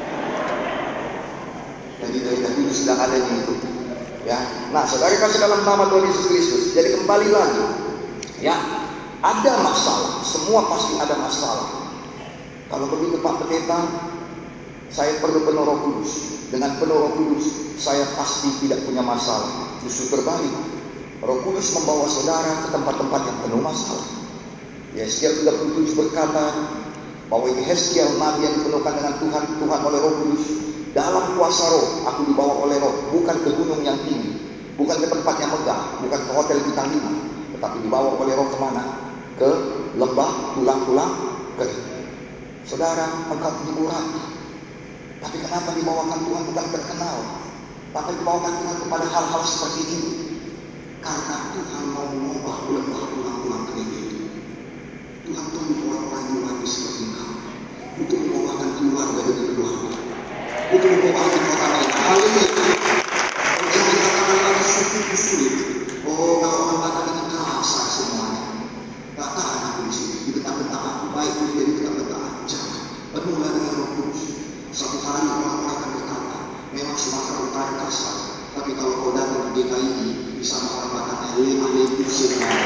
Jadi dari dahulu sudah adanya itu. Ya, nah saudara kasih dalam nama Tuhan Yesus Kristus. Jadi kembali lagi, ya, ada masalah. Semua pasti ada masalah. Kalau begitu Pak Pendeta, saya perlu penuh Roh Kudus. Dengan penuh Roh Kudus, saya pasti tidak punya masalah. Justru berbalik. Roh Kudus membawa saudara ke tempat-tempat yang penuh masalah. Yeskiel 37 berkata bahwa ini Yeskiel nabi yang dipenuhkan dengan Tuhan oleh Roh Kudus. Dalam kuasa roh, aku dibawa oleh roh, bukan ke gunung yang tinggi, bukan ke tempat yang megah, bukan ke hotel bintang 5, tetapi dibawa oleh roh kemana? Ke lembah tulang-tulang kering. Saudara, engkau diurapi. Tapi kenapa dibawakan Tuhan bukan terkenal? Tapi dibawakan Tuhan kepada hal-hal seperti ini. Karena Tuhan mau mengubah lembah tulang-tulang kering itu. Tuhan tunggu orang-orang diurapi seperti engkau untuk membawakan keluarga dari keluarga. Untuk membawa hati kota mereka. Haleluya. Kalau jangan dikatakan lagi sulit. Oh, kalau orang kata ini kasar semuanya. Tak tahan aku di sini. Dibentak-bentak aku. Baik pun dia dibentak-bentak. Jangan. Penuhlah dengan Roh Kudus. Satu hari orang-orang akan berkata, memang Sumatera Utara kasar. Tapi kalau kau datang ke DKI, di sana orang katakan lemah legus semuanya.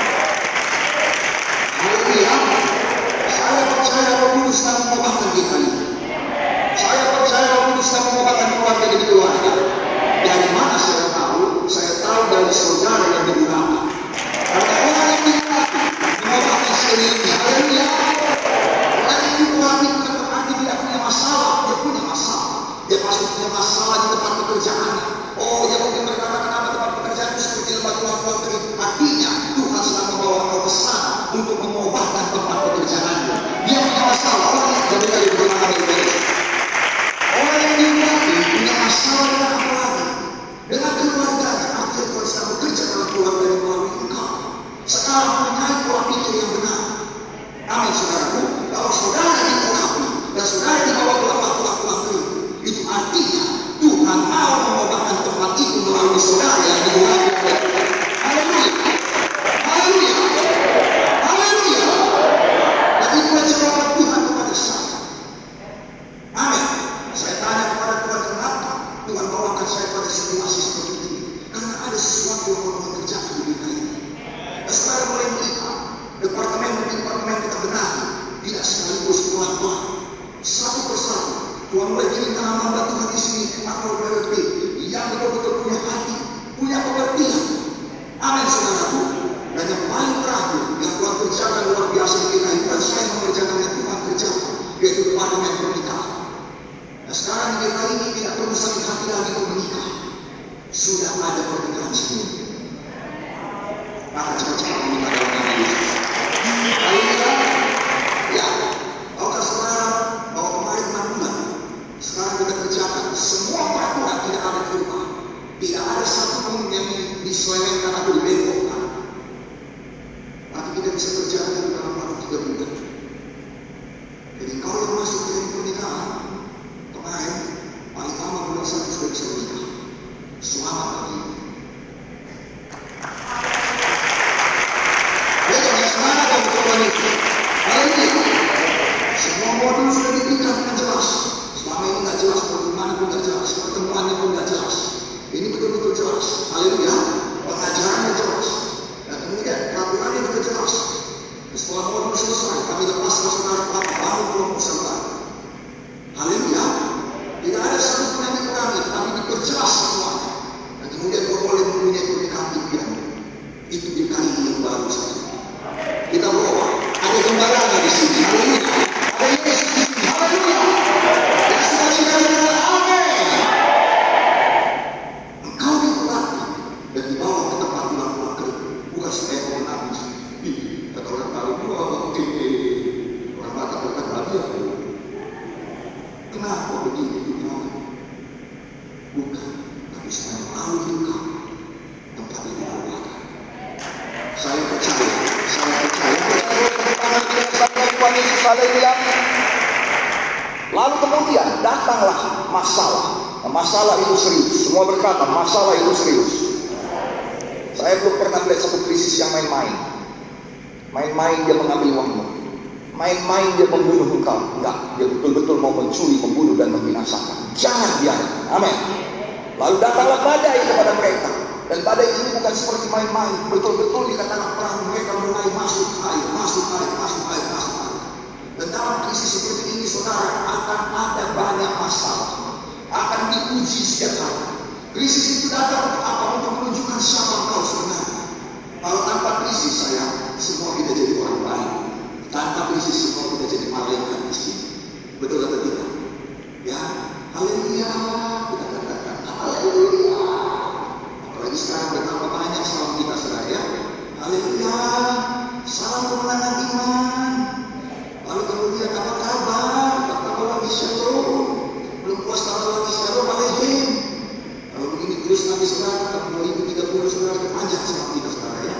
Haleluya. Saya percaya Roh Kudus akan mengubahkan DKI. Saya percaya Roh Kudus akan mengubahkan keluarga demi keluarga. Dari mana saya tahu? Saya tahu dari saudara yang diurapi. Karena orang yang diurapi mengubahkan sekelilingnya. Haleluya. Orang yang diurapi bukan berarti tidak punya masalah. Dia punya masalah. Dia pasti punya masalah di tempat pekerjaannya. Oh, dia mungkin berkata kenapa tempat pekerjaan itu seperti lemah tulang-tulang kering. Artinya Tuhan sedang membawa kau ke sana untuk mengubahkan tempat pekerjaannya. Dia punya masalah. Orang yang jadi dari bagaimana berbeda. Orang yang diurapi punya masalah dengan apa lagi? Dengan keluarganya. Artinya Tuhan sedang bekerja dalam keluarga yang melalui engkau. Sekarang punya pola pikir yang benar. Amin saudaraku. Kalau saudara diurapi dan saudara dibawa ke lembah tulang-tulang kering, itu artinya Tuhan mau mengubahkan tempat itu melalui saudara yang diurapi. Haleluya. Haleluya. Haleluya. Dan itulah jawaban Tuhan kepada saya. Amin. Saya tanya kepada Tuhan, kenapa Tuhan bawakan saya pada situasi seperti ini? Karena ada sesuatu yang mau mengerjakan di dunia ini. Dan saudara boleh melihat departemen kita benahi. tidak sekaligus pelan-pelan, satu persatu. Tuhan mulai kirimkan hamba Tuhan di sini, Emmanuel BRT, yang betul-betul punya hati, punya pengertian. Amin, saudaraku. Dan yang paling terakhir, yang Tuhan kerjakan luar biasa di kehidupan saya mengerjakan yang Tuhan kerjakan, yaitu departemen pernikahan. Nah, sekarang di kita ini tidak perlu sakit hati lagi untuk menikah. Sudah ada pernikahan sendiri. Maka cepat-cepat menikah dalam nama Yesus. Haleluya. Ya, tahukah saudara bahwa kemarin 6 bulan, sekarang kita kerjakan semua peraturan tidak ada dirubah. Tidak ada satupun yang diselewengkan atau dibengkokkan. Tapi kita bisa kerjakan dalam waktu 3 bulan. Jadi kau yang masuk ke pernikahan kemarin, paling lama bulan 1 sudah bisa menikah. Selamat pagi. Ya, yang semangat dan berkorban itu. Haleluya. Semua modul sudah diberikan dengan jelas. Selama ini nggak jelas, bagaimana pun nggak jelas, pertemuannya pun nggak jelas. Ini betul-betul jelas. Haleluya. Pengajarannya jelas. Dan kemudian peraturannya juga jelas. Setelah modul selesai, kami lepas ke saudara bangun kelompok saudara. Haleluya. Tidak ada satu pun yang dikurangi, tapi diperjelas semuanya. Dan kemudian kau boleh mempunyai pernikahan impian. Itu DKI yang baru saja. Kita bawa. Ada gambarannya di sini. Haleluya. Ada Yesus di sini. Haleluya. Dan sekali-kali dengan amin. Engkau dilatih dan dibawa ke tempat tulang-tulang kering. Bukan supaya kau menangis. Kata orang tahu, orang Batak berkata lagi aku. Kenapa begini? Bukan, tapi saya mau juga tempat ini berubah. Saya percaya. Lalu kemudian datanglah masalah. Masalah itu serius. Semua berkata masalah itu serius. Saya belum pernah melihat satu krisis yang main-main. Main-main dia mengambil uangmu. Main-main dia membunuh engkau. Enggak, dia betul-betul mau mencuri, membunuh dan membinasakan. Jangan biarkan. Amin. Lalu datanglah badai kepada mereka. Dan badai ini bukan seperti main-main. Betul-betul dikatakan perahu mereka mulai masuk air. Dan dalam krisis seperti ini, saudara, akan ada banyak masalah. Akan diuji setiap hari. Krisis itu datang untuk apa? Untuk menunjukkan siapa engkau sebenarnya. Kalau tanpa krisis, saya semua kita jadi orang baik. Tanpa krisis, semua kita jadi malaikat di sini. Betul atau tidak? Ya, haleluya. Kita katakan haleluya. Apalagi sekarang betapa banyak salam kita, saudara, ya. Haleluya. Salam kemenangan iman. Lalu kemudian apa kabar? Apa lagi shalom? Belum puas kalau lagi shalom alaikum. Kalau begini terus nanti saudara, tahun 2030 saudara kepanjang sama kita, saudara, ya.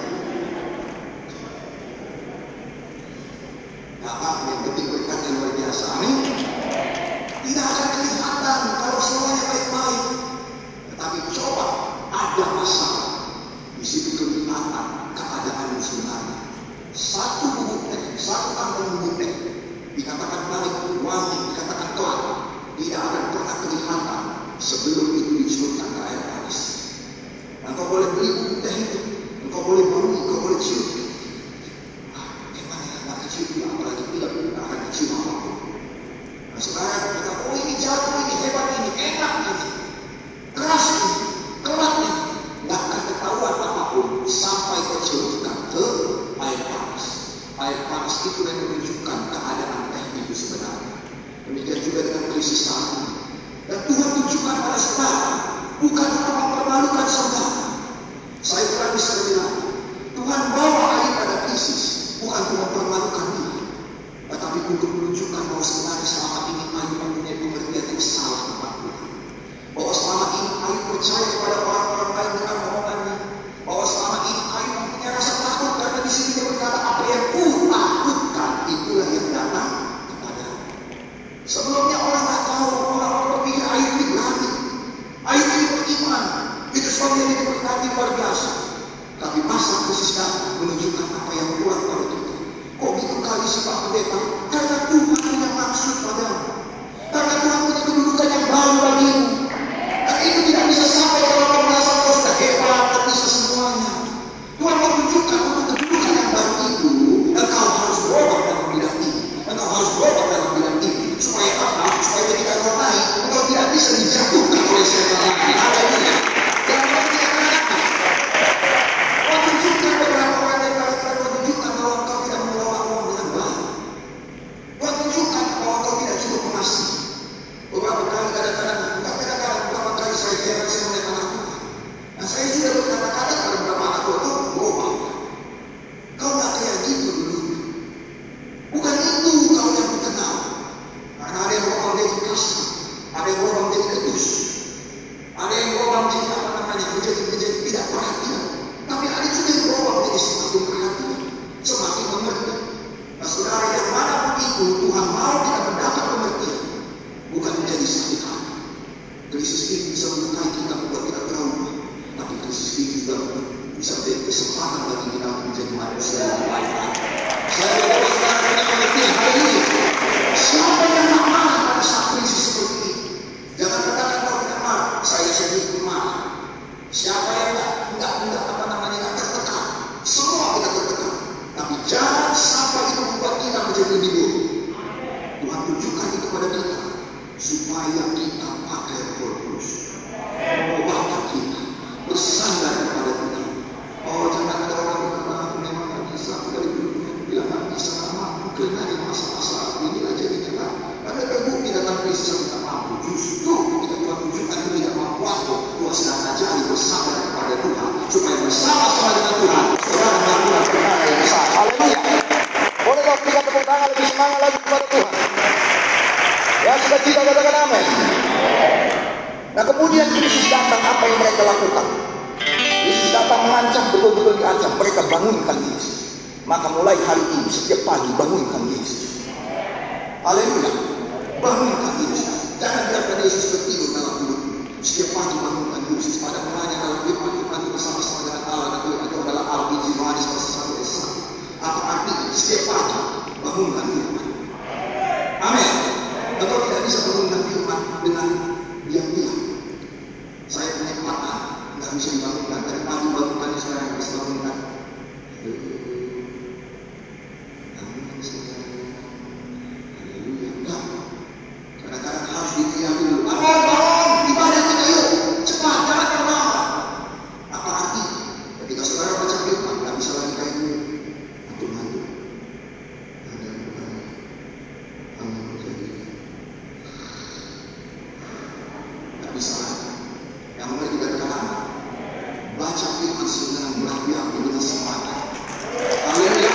Apa yang penting berkat yang luar biasa. Amin. Tidak akan kelihatan kalau semuanya baik-baik. Tetapi coba ada masalah. Di situ kelihatan keadaan yang sebenarnya. Satu bubuk teh, satu kantong bubuk teh dikatakan balik, wangi, dikatakan kelak. Tidak akan pernah kelihatan sebelum itu dicurahkan ke air panas. Engkau boleh beli bubuk teh itu, engkau boleh beli, engkau boleh cium. Gimana ya, nggak dicium, apalagi tidak akan dicium apapun. Nah, sekarang kita, oh ini jago, ini hebat, ini enak, ini keras, ini kelak, ini nggak akan ketahuan apapun sampai tercelupkan ke air panas. Air panas itu yang menunjukkan keadaan teh itu sebenarnya. Demikian juga dengan krisis saat ini. Dan Tuhan tunjukkan pada saudara, bukan untuk mempermalukan saudara. Saya pernah bisa bilang, Tuhan bawa air pada krisis, bukan untuk mempermalukan dia, tetapi untuk menunjukkan bahwa sebenarnya selama ini Ayu mempunyai pengertian yang salah tentang Tuhan. Bahwa selama ini Ayu percaya kepada orang-orang lain dengan omongannya. Bahwa selama ini Ayu mempunyai rasa takut karena di sini dia berkata apa yang ku takutkan itulah yang datang kepada. Sebelumnya orang tak tahu, orang berpikir Ayu ini berani, Ayu ini beriman, itu sebabnya dia berkati luar biasa. Tapi masa krisis datang menunjukkan apa yang kurang pada kita. Kok gitu kali sih Pak Pendeta? Karena Tuhan punya maksud padamu. Karena Tuhan punya kedudukan yang baru bagimu. Dan itu tidak bisa sampai kalau kau merasa kau sudah hebat dan bisa semuanya. Tuhan mau tunjukkan untuk kedudukan yang baru itu, engkau harus berubah dan memilih. Engkau Saya berdoa sekarang kita mengerti hari ini. Siapa yang tak marah pada saat krisis seperti ini? Jangan katakan kalau kita marah, saya sendiri marah. Siapa yang enggak tertekan? Semua kita tertekan. Tapi jangan sampai itu membuat kita menjadi lebih buruk. Tuhan tunjukkan itu pada kita supaya kita pakai fokus, membawa kita bersandar kepada Tuhan. Oh, jangan ada orang berkata aku memang tak bisa, aku dari dulu bilang tak bisa, mampu kena di masa-masa ini aja kita. Ada terbukti datang krisis yang tidak mampu. Justru kita Tuhan tunjukkan itu tidak mampu aku. Tuhan sedang ajari bersandar kepada Tuhan supaya bersama-sama dengan Tuhan saudara melakukan perkara yang besar. Haleluya. Boleh kau berikan tepuk tangan lebih semangat lagi kepada Tuhan. Ya, sudah kita katakan amin. Nah, kemudian krisis datang, apa yang mereka lakukan? Krisis datang mengancam, betul-betul diancam. Mereka bangunkan Yesus. Maka mulai hari ini setiap pagi bangunkan Yesus. Haleluya. Bangunkan Yesus. Jangan biarkan Yesus tertidur dalam hidup. Setiap pagi bangunkan Yesus. Pada mulanya dalam firman itu bersama-sama dengan Allah. Dan itu adalah RPG Yohanes pasal 1. Apa artinya? Setiap pagi bangunkan firman. Amin. Engkau tidak bisa bangunkan firman dengan diam-diam. Saya punya kekuatan, nggak bisa dibangunkan. Dari pagi bangunkannya sekarang bisa bangunkan. Kadang-kadang harus diam dulu. Bangun, ibadah kita yuk, cepat, jangan terlambat. Apa arti? Ketika saudara baca firman, nggak bisa lagi kayak ini. Mantu-mantu. Bisa yang mulai kita dengar baca firman dengan berapi-api dengan semangat. Haleluya.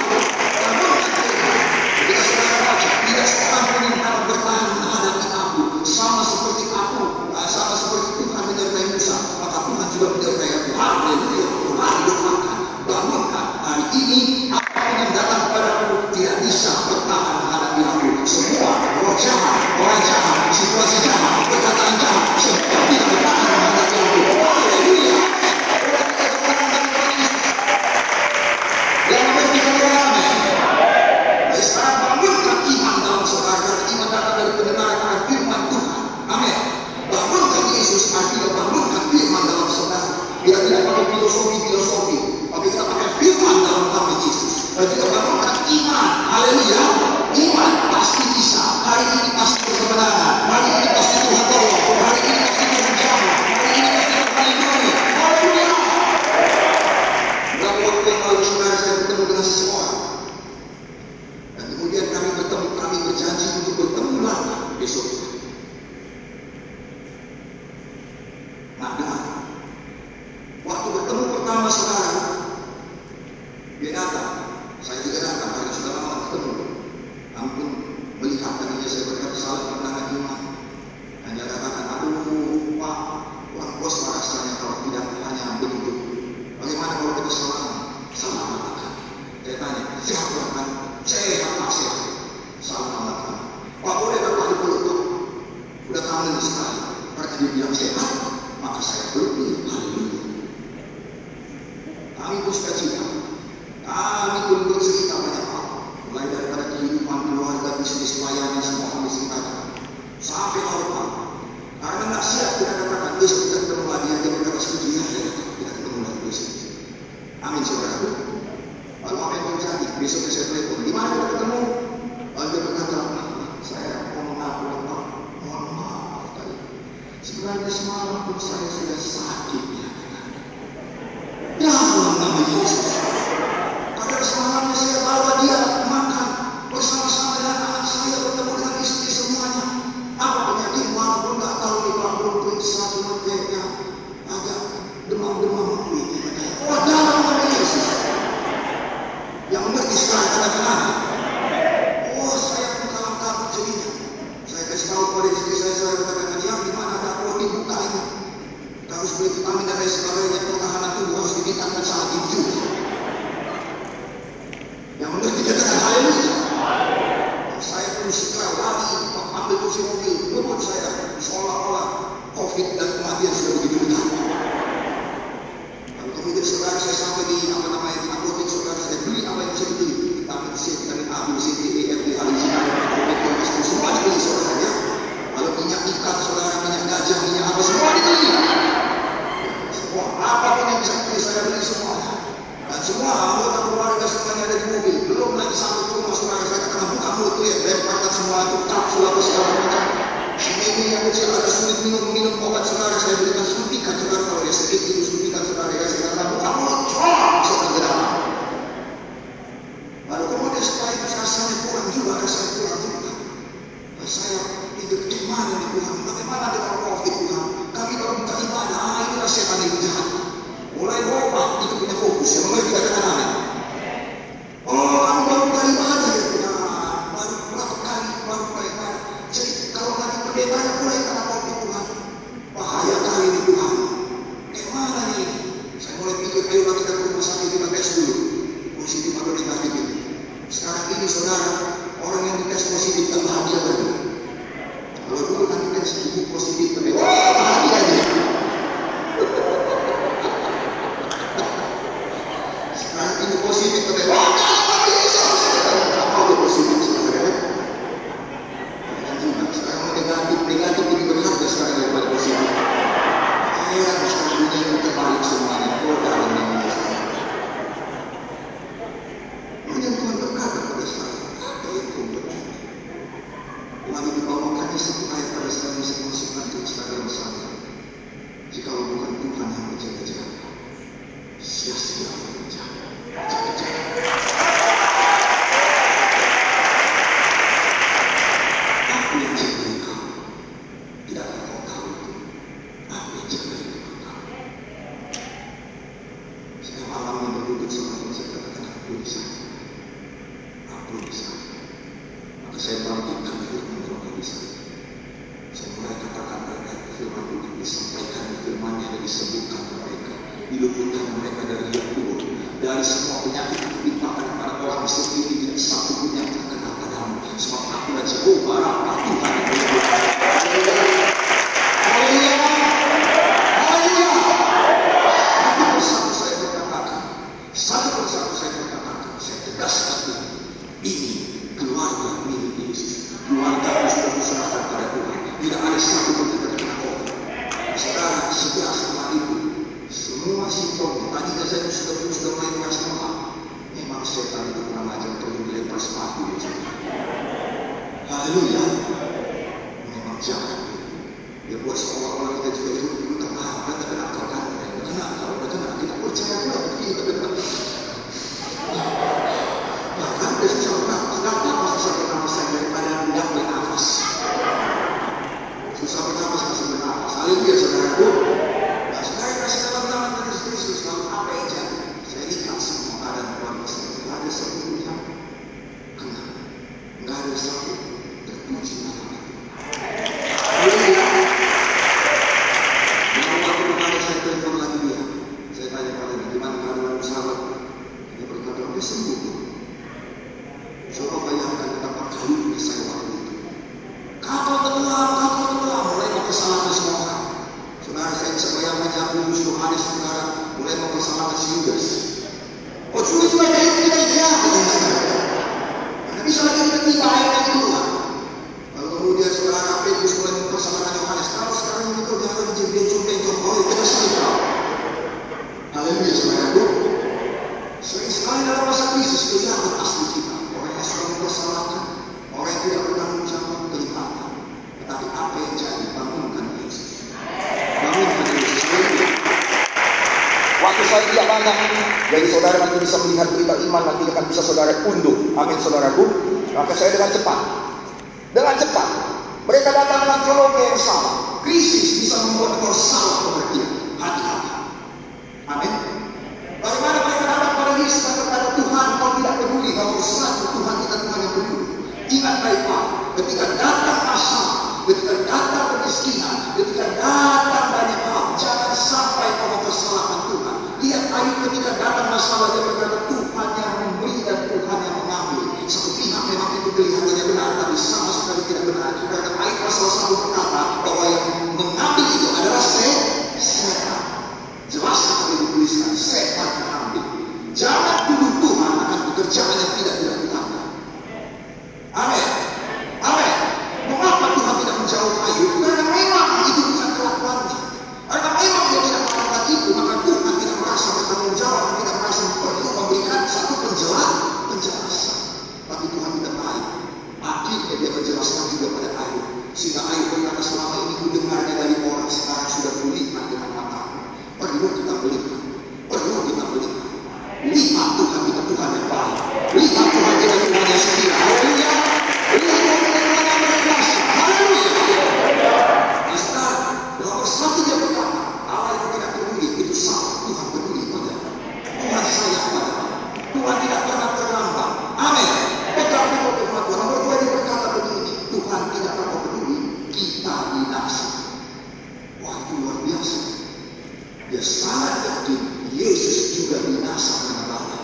Ketika saudara baca, tidak seorang pun yang dapat bertahan menghadapi aku, sama seperti aku, sama seperti Tuhan menyertai Musa, maka Tuhan juga menyertai aku. Haleluya. Tuhan doakan, bangunkan hari ini apapun yang datang kepadaku tidak bisa bertahan menghadapi aku. Semua roh jahat, orang jahat, situasi jahat, perkataan jahat, semua tidak bertahan menghadapi aku. Haleluya. Yang mengerti kata amin. Baik, sekarang bangunkan iman dalam saudara. Iman datang dari pendengaran akan firman Tuhan. Amin. Bangunkan Yesus, artinya bangunkan firman dalam saudara. Kita tidak pakai filosofi, tapi kita pakai firman dalam nama Yesus. Dan kita bangunkan iman. Haleluya. Iman pasti bisa. Hari ini pasti berkemenangan. Hari ini pasti Tuhan tolong. Hari ini pasti Tuhan jawab. Hari ini pasti Tuhan lindungi. Haleluya. Berapa waktu yang lalu saudara saya bertemu dengan seseorang. Dan kemudian kami berjanji untuk bertemu lagi besok. Nah, dengar. Waktu bertemu pertama saudara, dia datang. Saya juga datang karena sudah lama ketemu. Ampun melihat tadinya saya berkata salah pandangan iman. Dan dia katakan, aduh Pak, Tuhan bos rasanya kalau tidak hanya begitu. Bagaimana kalau kita salah mengatakan? Saya tanya, sehat Tuhan? Sehat Pak, sehat. Salah mengatakan. Pak boleh dapat dipeluk Pak? Udah kangen sekali. Berarti dia bilang sehat, maka saya berpikir, haleluya. Kami pun suka cita. Kami pun bercerita banyak hal. Mulai daripada kehidupan keluarga, bisnis, pelayanan, semua kami ceritakan. Sampai orang karena nggak siap kita katakan besok kita ketemu lagi. Dia berkata setuju ya, kita ketemu lagi besok. Amin saudara. Lalu apa yang terjadi? Besok saya telepon. Di mana kita ketemu? Lalu dia berkata, saya mohon maaf tadi. Sebenarnya semalam pun saya sudah sakit ya. Ya Tuhan nama Yesus. Padahal semalamnya saya bawa dia makan bersama-sama dengan anak saya, bertemu dengan istri semuanya. Apa penyakit walaupun nggak tahu nih Pak, belum periksa, cuma kayaknya agak demam-demam gitu. Wah, dalam nama Yesus. Yang mengerti sekarang katakan, oh saya pun kalah takut jadinya. Saya kasih tahu pada istri saya katakan, ya gimana ada roti buka ini. Harus beli vitamin dan lain sebagainya, pertahanan tubuh harus ditingkatkan saat ini juga. anggota keluarga semuanya ada di mobil. Belum lagi sampai ke rumah saudara, saya kena buka mulut tuh ya, lemparkan semua itu kapsul apa segala macam. Si Mimi yang kecil agak sulit minum obat saudara, saya berikan suntikan saudara, kalau dia sedikit itu suntikan saudara ya, saya kena buka mulut, masuk ke dalam. Lalu kemudian setelah itu rasanya kurang juga, rasanya kurang juga. Saya pikir gimana nih Tuhan, bagaimana dengan COVID Tuhan? Kami kalau minta ibadah, inilah setan yang jahat. Mulai roba itu punya fokus, yang mulai tidak aneh. Oh, kamu baru kali ibadah ya Tuhan, baru berapa kali, baru ibadah. Jadi kalau nanti pendetanya mulai karena COVID Tuhan, bahaya kali ini Tuhan. Gimana nih? Saya mulai pikir, ayo kita ke rumah sakit, kita tes dulu, positif atau negatif ini. Sekarang ini saudara, orang yang dites positif tak bahagia lagi. Kalau dulu kan tes ibu positif, tapi bahagia dia. Sekarang ini positif, tapi positif sebenarnya. Sekarang negatif lebih berharga sekarang daripada positif. Sekarang dunia ini terbalik semuanya. Dalam yang kemudian Tuhan berkata pada saya, apa itu begini? Lalu dibawakannya satu ayat pada saya yang saya masukkan ke Instagram saya. Jika bukan Tuhan yang berjaga-jaga, sia-sia berjaga-jaga. Aku yang jaga kau, tidak kau tahu itu. Aku yang jaga kau. Saya malam yang berduduk sama saya katakan aku bisa. Aku bisa. Maka saya bangkitkan firman Tuhan bisa. Saya mulai katakan mereka firman Tuhan disampaikan, firman-Nya dan disebutkan mereka, diluputkan mereka dari yang buruk, dari semua penyakit yang ditimpakan kepada orang sendiri, tidak satu pun yang terkena padamu. Sebab aku dan Jehovah Rabbah Tuhan yang berkuasa. Haleluya, haleluya. Satu persatu saya berkatakan, saya tegaskan ini keluarga milik Yesus. Keluarga yang sudah diserahkan pada Tuhan. Tidak ada satu pun yang terkena COVID. Sekarang sebelah sama itu, semua simptom tadinya saya sudah mulai merasa lemah. Memang setan itu pernah ajar perlu dilempar sepatu ya saudara. Haleluya. Memang jahat. Dia buat seolah-olah kita juga hidup dulu tenang. Dan tak kena akal kan? Udah kena. Kita percaya pula kita kena. Bahkan dia susah bernafas. Kenapa susah bernafas saya daripada tidak bernafas? Susah bernafas masih bernafas. Haleluya saudaraku. Nah, saudara kasih dalam tangan Kristus. Lalu apa yang jadi? Saya lihat semua keadaan keluarga saya. Tidak ada satu yang kena. Tidak ada satu terpuji nama Tuhan. Haleluya. Waktu kemarin saya telepon lagi dia. Saya tanya padanya, gimana keadaan sahabat? Dia berkata, dia sembuh. Coba bayangkan betapa kalungnya saya waktu itu. Kapal tenggelam, mulai mempersalahkan semua orang. Saudara, saya bisa bayangkan Yakobus, Yohanes, saudara, mulai mempersalahkan si Yudas. Oh, sulit juga kayak kita ya, Anda bisa lagi kita ayat itu lah. Lalu kemudian saudara Petrus mulai mempersalahkan Yohanes. Kalau sekarang ini kau jangan jemput-jemput, oh kita salib. Haleluya saudaraku. Sering sekali dalam masa krisis kelihatan asli kita. Orang yang sudah mempersalahkan, orang yang tidak bertanggung jawab kelihatan. Tetapi apa yang jadi? Bangunkan Yesus. Bangunkan Yesus. Waktu saya tidak banyak, jadi saudara nanti bisa melihat berita iman, nanti akan bisa saudara unduh. Amin saudaraku. Maka saya dengan cepat, mereka datang dengan teologi yang salah. Krisis bisa membuat kau salah pengertian. Hati-hati. Amin. Bagaimana mereka datang pada Yesus dan kepada Tuhan, kau tidak peduli. Kau satu Tuhan kita Tuhan yang peduli. Ingat baik-baik, ketika datang masalah, ketika datang kemiskinan, ketika datang banyak hal, jangan sampai kau mempersalahkan Tuhan. Lihat Ayub ketika datang masalah, dia berkata Tuhan yang memberi dan Tuhan yang mengambil. Satu pihak memang itu kelihatannya benar, tapi sama sekali tidak benar. Karena Ayub pasal 1 berkata bahwa yang mengambil itu adalah setan. Jelas sekali dituliskan, setan mengambil. Jangan tuduh Tuhan akan pekerjaan yang tidak dilakukan. Amin. Amin. Mengapa Tuhan tidak menjauh Ayub? Karena memang itu bukan kelakuannya. Karena memang dia tidak melakukan itu, maka Tuhan tidak merasa bertanggung jawab, tidak merasa perlu memberikan satu dia menjelaskan juga pada Ayub. Sehingga Ayub berkata, selama ini ku dengarnya dari orang, sekarang sudah kulihat dengan mataku. Perlu kita melihat. Perlu kita melihat. Lihat Tuhan kita, Tuhan yang baik. Lihat Tuhan kita, Tuhan yang setia. Haleluya. Lihat Tuhan kita, Tuhan yang berkuasa. Haleluya. Nah sekarang, nomor satu dia berkata, Allah yang tidak peduli, itu salah. Tuhan peduli padamu. Tuhan sayang padamu. Tuhan tidak pernah terlambat. Amin. Pegang teguh firman Tuhan. Nomor dua dia berkata begini, Tuhan tidak pernah peduli kita binasa. Wah, itu luar biasa. Dia sangat yakin Yesus juga binasa dengan Bapa.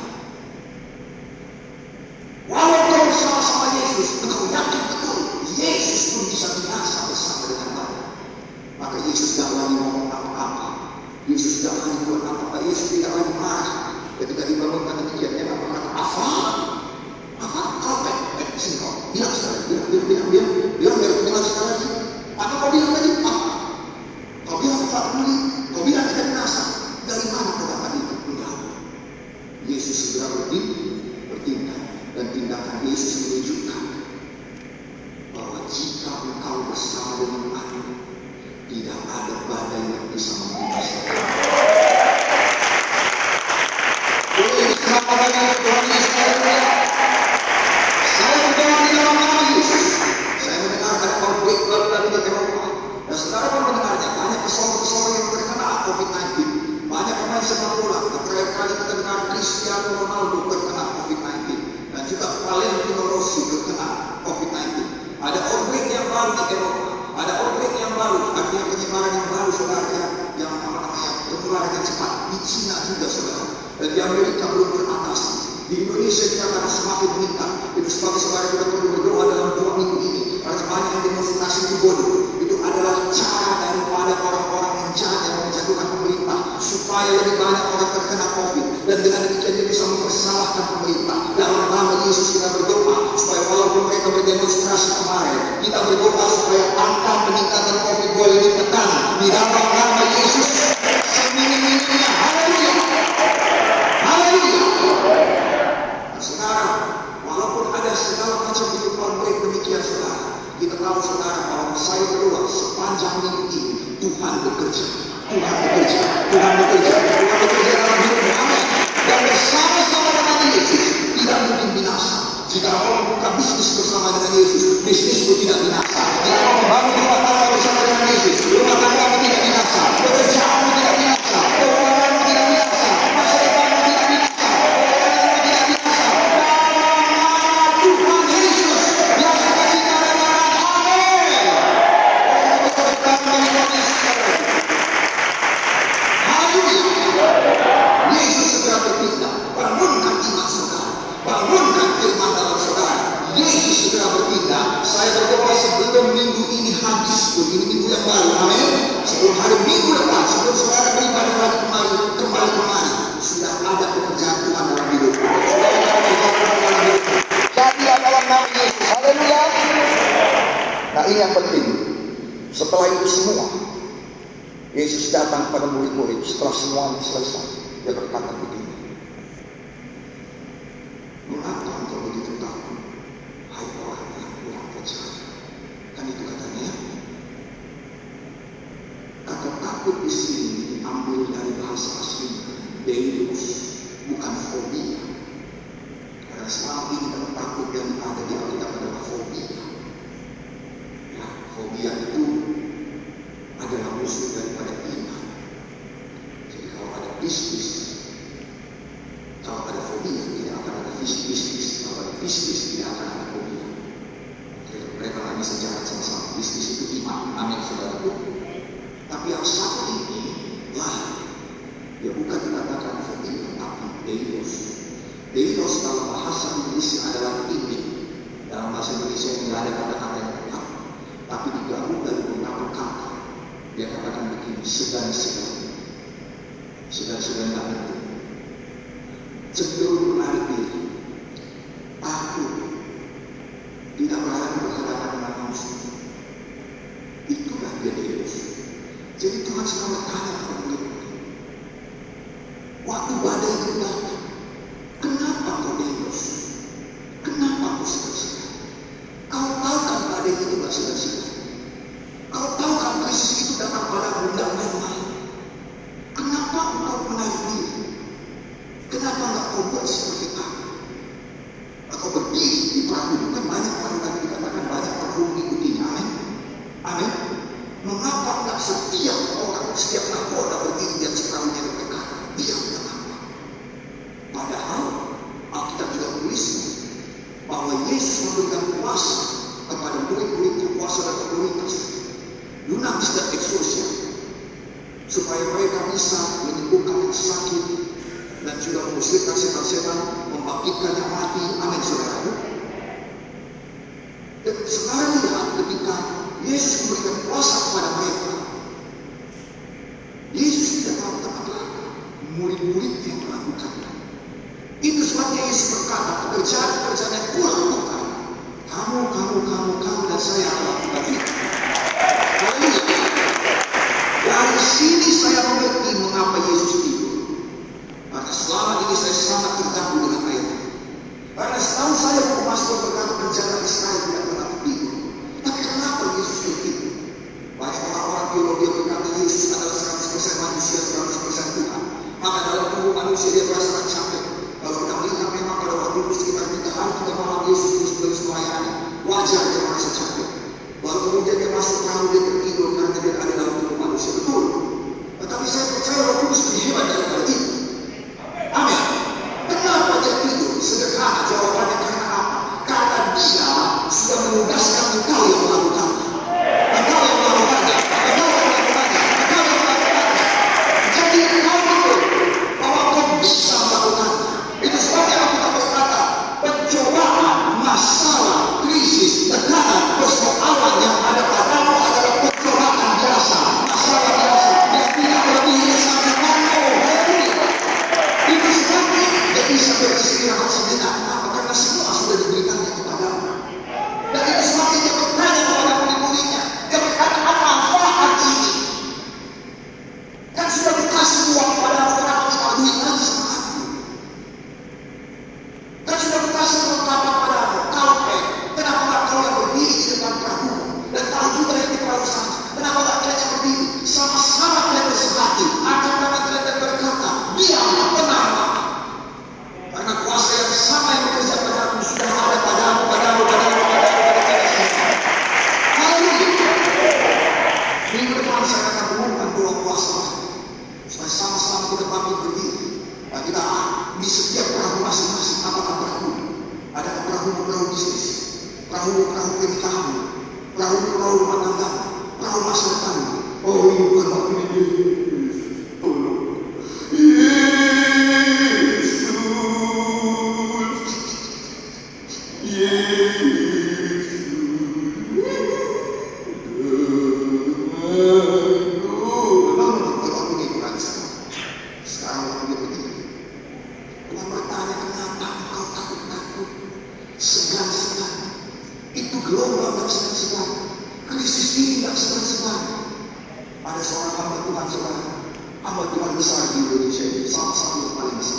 Walau kau sama-sama Yesus, engkau yakin betul Yesus pun bisa binasa bersama dengan Bapa. Maka Yesus tidak lagi ngomong apa-apa. Yesus tidak lagi buat apa-apa. Yesus tidak lagi marah. Ketika dibangunkan demikian, dia nggak berkata apa? Kau sini kau bilang sekali, bilang sekali lagi. Apa kau bilang tadi? Apa? Kau bilang kau tak peduli. Kau bilang tidak binasa. Dari mana kau dapat itu? Enggak. Yesus segera bertindak, dan tindakan Yesus menunjukkan bahwa jika engkau bersama dengan Aku, tidak ada badai yang bisa membinasakan. Tuhan Yesus, saya berdoa di dalam nama Yesus. Saya mendengar ada outbreak baru dari Eropa, dan saudara pun mendengarnya. Banyak pesohor-pesohor yang terkena COVID-19. Banyak pemain sepak bola. Terakhir kali kita dengar Cristiano Ronaldo terkena COVID-19, dan juga Valentino Rossi terkena COVID-19. Ada outbreak yang baru di Eropa. Ada outbreak yang baru, artinya penyebaran yang baru, saudara, yang tertular dengan cepat di Cina juga, saudara. Dan di Amerika belum teratasi. Di Indonesia kita akan semakin meningkat. Itu sebab saudara kita perlu berdoa dalam 2 minggu ini. Karena banyak yang demonstrasi itu bodoh. Itu adalah cara daripada orang-orang yang jahat yang menjatuhkan pemerintah, supaya lebih banyak orang terkena COVID. Dan dengan demikian dia bisa mempersalahkan pemerintah. Dalam nama Yesus kita berdoa supaya walaupun mereka berdemonstrasi kemarin, kita berdoa supaya angka peningkatan COVID boleh ditekan di dalam nama Yesus seminim-minimnya. Haleluya. Haleluya. Nah, sekarang walaupun ada segala macam itu outbreak demikian, saudara, kita tahu, saudara, bahwa saya berdoa sepanjang minggu ini Tuhan bekerja. Tuhan bekerja. Tuhan bekerja. Tuhan bekerja dalam hidupmu. Amin. Dan bersama-sama dengan Yesus tidak mungkin binasa. Jika kau membuka bisnis bersama dengan Yesus, bisnismu tidak binasa. Jika kau membangun rumah tangga bersama dengan Yesus, rumah tanggamu tidak binasa. Pekerjaanmu tidak binasa. Keuanganmu tidak binasa. Masa depanmu tidak binasa. Keuanganmu tidak binasa. Tuhan Yesus yang suka cita dan marah. Amin. Haleluya. Yesus segera bertindak. Bangunkan iman saudara. Bangunkan firman dalam saudara. Yesus segera bertindak. Saya berdoa sebelum minggu ini habis pun, ini minggu yang baru, amin. Sebelum hari minggu depan, sebelum saudara beribadah lagi kembali kemari, sudah ada pekerjaan Tuhan dalam hidupku. Sudah ada pekerjaan Tuhan dalam hidupku. Jadi dalam nama Yesus. Haleluya. Nah, ini yang penting. Setelah itu semua, Yesus datang pada murid-murid. Setelah semuanya selesai, dia berkata begini, mengapa engkau begitu takut, hai orang yang kurang percaya? Kan itu katanya. Kata takut di sini diambil dari bahasa asli Deus, bukan fobia. Karena selama ini kita takut yang ada di Alkitab adalah fobia. Ya, fobia itu adalah musuh daripada iman. Jadi kalau ada bisnis, kalau ada fobia, tidak akan ada bisnis. Kalau ada bisnis, tidak akan ada fobia. Jadi mereka lagi sejahat sama-sama. Bisnis itu iman. Amin, saudaraku. Tapi yang satu ini lah, dia bukan dikatakan fobia, tapi Deus. Deus dalam bahasa Indonesia adalah ini. Dalam bahasa Indonesia tidak ada kata-kata yang tepat, tapi digabung dari beberapa kata. Dia katakan begini, segan-segan. Segan-segan tak itu. Cenderung menarik diri. Takut. Tidak berani berhadapan dengan musuh. Itulah dia Deus. Jadi Tuhan selalu tanya kepada mereka. Waktu badai itu datang, kenapa kau Deus? Kenapa kau segan-segan? Kau tahu kau berdiri di perahu, kan banyak orang tadi dikatakan banyak perahu mengikutinya. Amin. Amin. Mengapa enggak setiap orang, setiap nakoda berdiri di atas perahunya dan berkata, dia mengapa? Padahal Alkitab juga tulisnya bahwa Yesus memberikan kuasa kepada murid-muridnya, kuasa dan otoritas, dunamis dan eksorsia, supaya mereka bisa menyembuhkan yang sakit dan juga mengusirkan setan-setan, membangkitkan yang mati. Amin, saudaraku. Dan sekarang lihat ketika Yesus memberikan kuasa kepada mereka, Yesus tidak tahu apa murid-muridnya yang melakukannya. Itu sebabnya Yesus berkata, pekerjaan-pekerjaan yang kulakukan, kamu dan saya akan lakukan itu. Dari sini saya mengerti mengapa Yesus tidur. Karena selama ini saya sangat terganggu dengan ayatnya. Karena setahu saya hukum pastor berkata penjaga Israel tidak pernah tidur. Tapi kenapa Yesus tidur? Banyak orang-orang teologi berkata Yesus adalah 100% manusia, 100% Tuhan. Maka dalam tubuh manusia dia merasakan capek. Kalau kita melihat memang pada waktu itu sekitar 3 hari 3 malam Yesus terus melayani, wajar dia merasa capek. Lalu kemudian dia masuk perahu, dia tertidur karena dia ada dalam tubuh manusia. Betul. Tetapi saya percaya Roh Kudus lebih hebat daripada itu. Amin. Kenapa dia tidur? Sederhana jawabannya, karena apa? Karena dia sudah menugaskan engkau yang melakukannya. Engkau yang melakukannya. Engkau yang melakukannya. Engkau yang melakukannya. Jadi engkau tahu bahwa kau bisa melakukannya. Itu sebabnya kita berkata, pencobaan, masalah, krisis, tekanan, persoalan yang ada padamu adalah pencobaan biasa, masalah biasa yang tidak melebihi sampai mana. Itu sebabnya dia bisa beristirahat sejenak. Kenapa? Karena semua sudah diberikannya kepadamu. Dan itu sebabnya dia bertanya kepada murid-muridnya. Dia berkata, apa manfaat ini? Kan sudah dikasih uang kepadamu, kenapa minta duit lagi sama aku? Kan sudah dikasih perlengkapan padamu, karpet. Kenapa tak kau yang berdiri di depan perahu? Dan tahu juga yang di perahu sana. Kenapa tak kalian berdiri? Sama-sama kalian bersehati. Angkat tangan kalian dan berkata, diamlah, tenanglah. Karena kuasa yang sama yang bekerja padamu sudah ada padamu. Haleluya. Minggu depan saya akan mengumumkan doa kuasa. Supaya sama-sama kita bangkit berdiri. Dan kita di setiap perahu masing-masing. Apakah perahu? Adakah perahu bisnis? Perahu pernikahan? Perahu rumah tangga? Perahu masa depan? Oh, ini bukan waktu ini. Tolong. Sekarang waktu dia begini. Tuhan bertanya, kenapa engkau takut-takut, segan-segan? Itu gelombang yang segan-segan. Krisis ini tidak segan-segan. Ada seorang hamba Tuhan sekarang, hamba Tuhan besar di Indonesia ini, salah satu yang paling besar.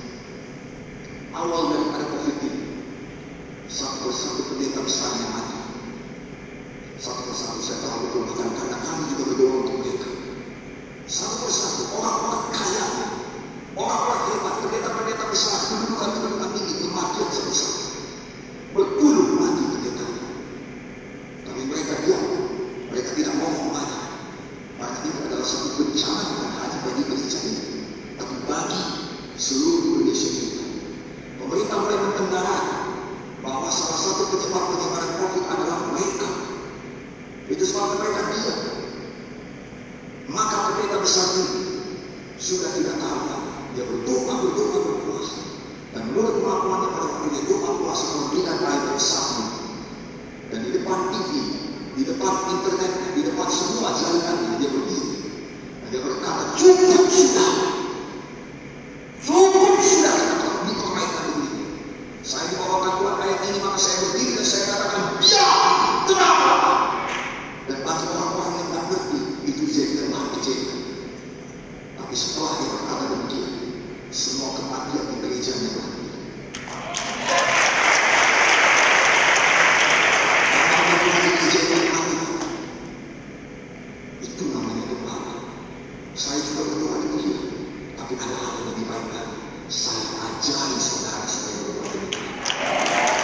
Awal daripada COVID ini, satu persatu pendeta besar yang ada. Satu persatu saya tahu betul, bahkan karena kami juga berdoa untuk mereka. Satu persatu orang-orang kaya, orang-orang hebat, pendeta-pendeta besar, kedudukan tinggi, kematian sebesar. Berpuluh mati pendeta. Tapi mereka diam, mereka tidak mau banyak. Karena ini adalah satu bencana bukan hanya bagi gereja ini, tapi bagi seluruh Indonesia kita. Pemerintah mulai mengendarai bahwa salah satu penyebab penyebaran COVID adalah mereka. Itu sebab mereka diam. Maka pendeta besar ini sudah tidak tahu lagi. Dia berdoa berpuasa. Dan menurut pengakuannya pada waktu dia doa puasa memberikan air yang sama. Dan di depan TV, di depan internet, di depan semua jaringannya dia berdiri. Dan dia berkata, cukup sudah. Cukup sudah dipermainkan begini. Saya dibawakan Tuhan ayat ini, maka saya berdiri dan saya katakan, biar, kenapa? Dan bagi orang-orang yang tak ngerti, itu jadi kejadian. Tapi setelah dia berkata demikian, semua kematian di gerejanya berhenti. Itu namanya gembala. Saya juga berdoa demikian, tapi ada hal yang lebih baik lagi. Saya ajari saudara supaya berdoa demikian.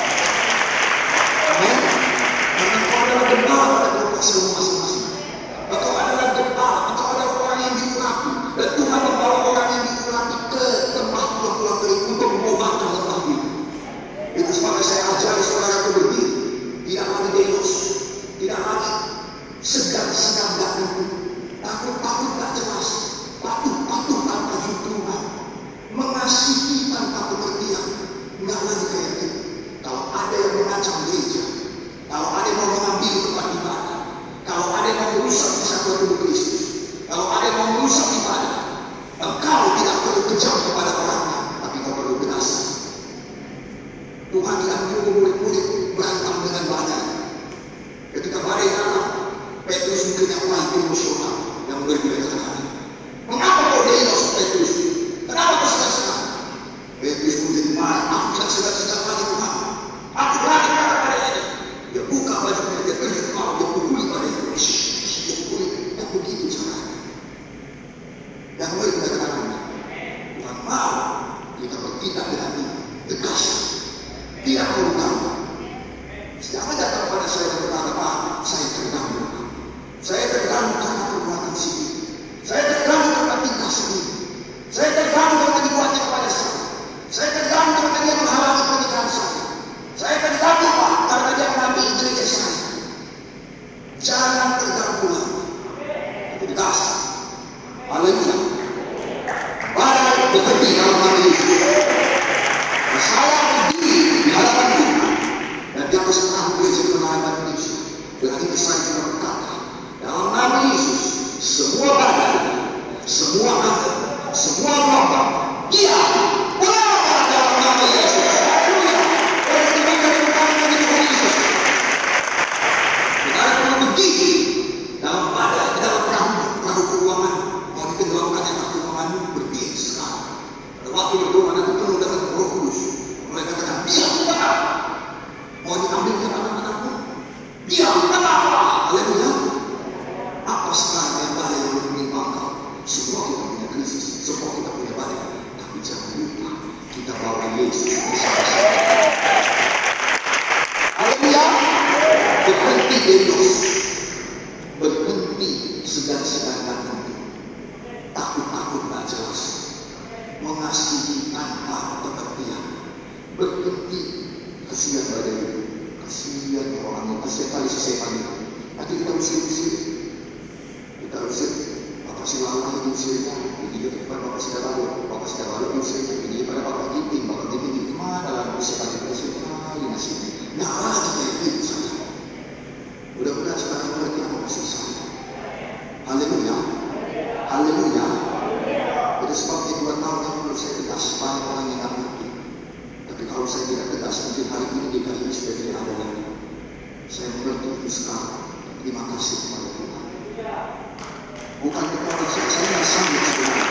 Itu sebabnya saya ajari saudara itu berdiri. Tidak lagi delos, tidak lagi segan-segan gak tentu, takut-takut gak jelas, patuh-patuh tanpa juntrungan, mengasihi tanpa pengertian. Nggak lagi kayak gitu. Kalau ada yang mengancam gereja, kalau ada yang mau mengambil tempat ibadah, kalau ada yang mau merusak kesatuan tubuh Kristus, kalau ada yang mau merusak ibadah, engkau tidak perlu kejam kepada orangnya, tapi kau perlu berasa. Tuhan tidak menyuruh murid-murid berantem dengan badai. Ketika badai datang, Petrus mungkin yang paling emosional, yang berbeda dengan mengapa kau delos, Petrus? Kenapa kau segan-segan? Petrus menjadi marah. Aku tidak segan-segan lagi, Tuhan. Aku berani kepada ini. Dia buka bajunya, dia pergi ke kau, dia pukuli pada itu. Dia pukuli, dan begitu caranya. Dan mulai kita katakan, Tuhan mau kita bertindak dengan ini, tegas. Tidak perlu tahu. Jangan datang pada saya dan berkata, Pak, saya terganggu. Saya terganggu karena perbuatan sini. Saya terganggu karena tingkah sini. Saya terganggu karena dibuatnya kepada saya. Saya terganggu karena dia menghalangi pernikahan saya. Saya terganggu, Pak, karena dia mengambil gereja saya. Jangan terganggu lagi. Itu tegas. Haleluya. Badai bekerja dalam nama Yesus. Saya berdiri di hadapan Tuhan dan di atas perahu gereja pengharapan Yesus. Dengan itu saya juga berkata, dalam nama Yesus, semua badai, semua angin, semua gelombang, dia pulang dalam nama Yesus. Haleluya. Oleh kebaikan Tuhan bagi Tuhan Yesus. Kita perlu berdiri dalam badai, dalam perahu keuangan. Mau ditenggelamkan yang keuangan, berdiri sekarang. Pada waktu berdoa nanti penuh dengan Roh Kudus. Mereka katakan, dia kenapa? Mau diambil ke anak-anakmu? Dia kenapa? Haleluya. Apa sekarang yang badai yang menimpa engkau? Semua kita punya krisis, semua kita punya badai. Tapi jangan lupa, kita bawa Yesus bersama-sama. Haleluya. Berhenti delos, berhenti segan-segan nanti, takut-takut tak jelas, mengasihi tanpa pengertian. Berhenti. Kasihan badai, kasihan orang, kasihan kali sesepan itu. Nanti kita usir-usir, kita usir. Bapak silalah itu usirnya, ini ke depan Bapak sudah tahu, Bapak sudah balik usirnya, ini pada Bapak Giting, Bapak Giting di mana dalam usiran itu sekali nasibnya. Nggak lagi kayak gitu saja. Mudah-mudahan saudara mengerti apa maksud saya. Haleluya, haleluya. Itu sebabnya 2 tahun yang lalu saya tegas banyak orang yang nggak ngerti. Tapi kalau saya tidak tegas, mungkin hari ini DKI sudah tidak ada lagi. Saya mengerti itu sekarang. Terima kasih kepada Tuhan. Bukan kepada saya nggak sanggup.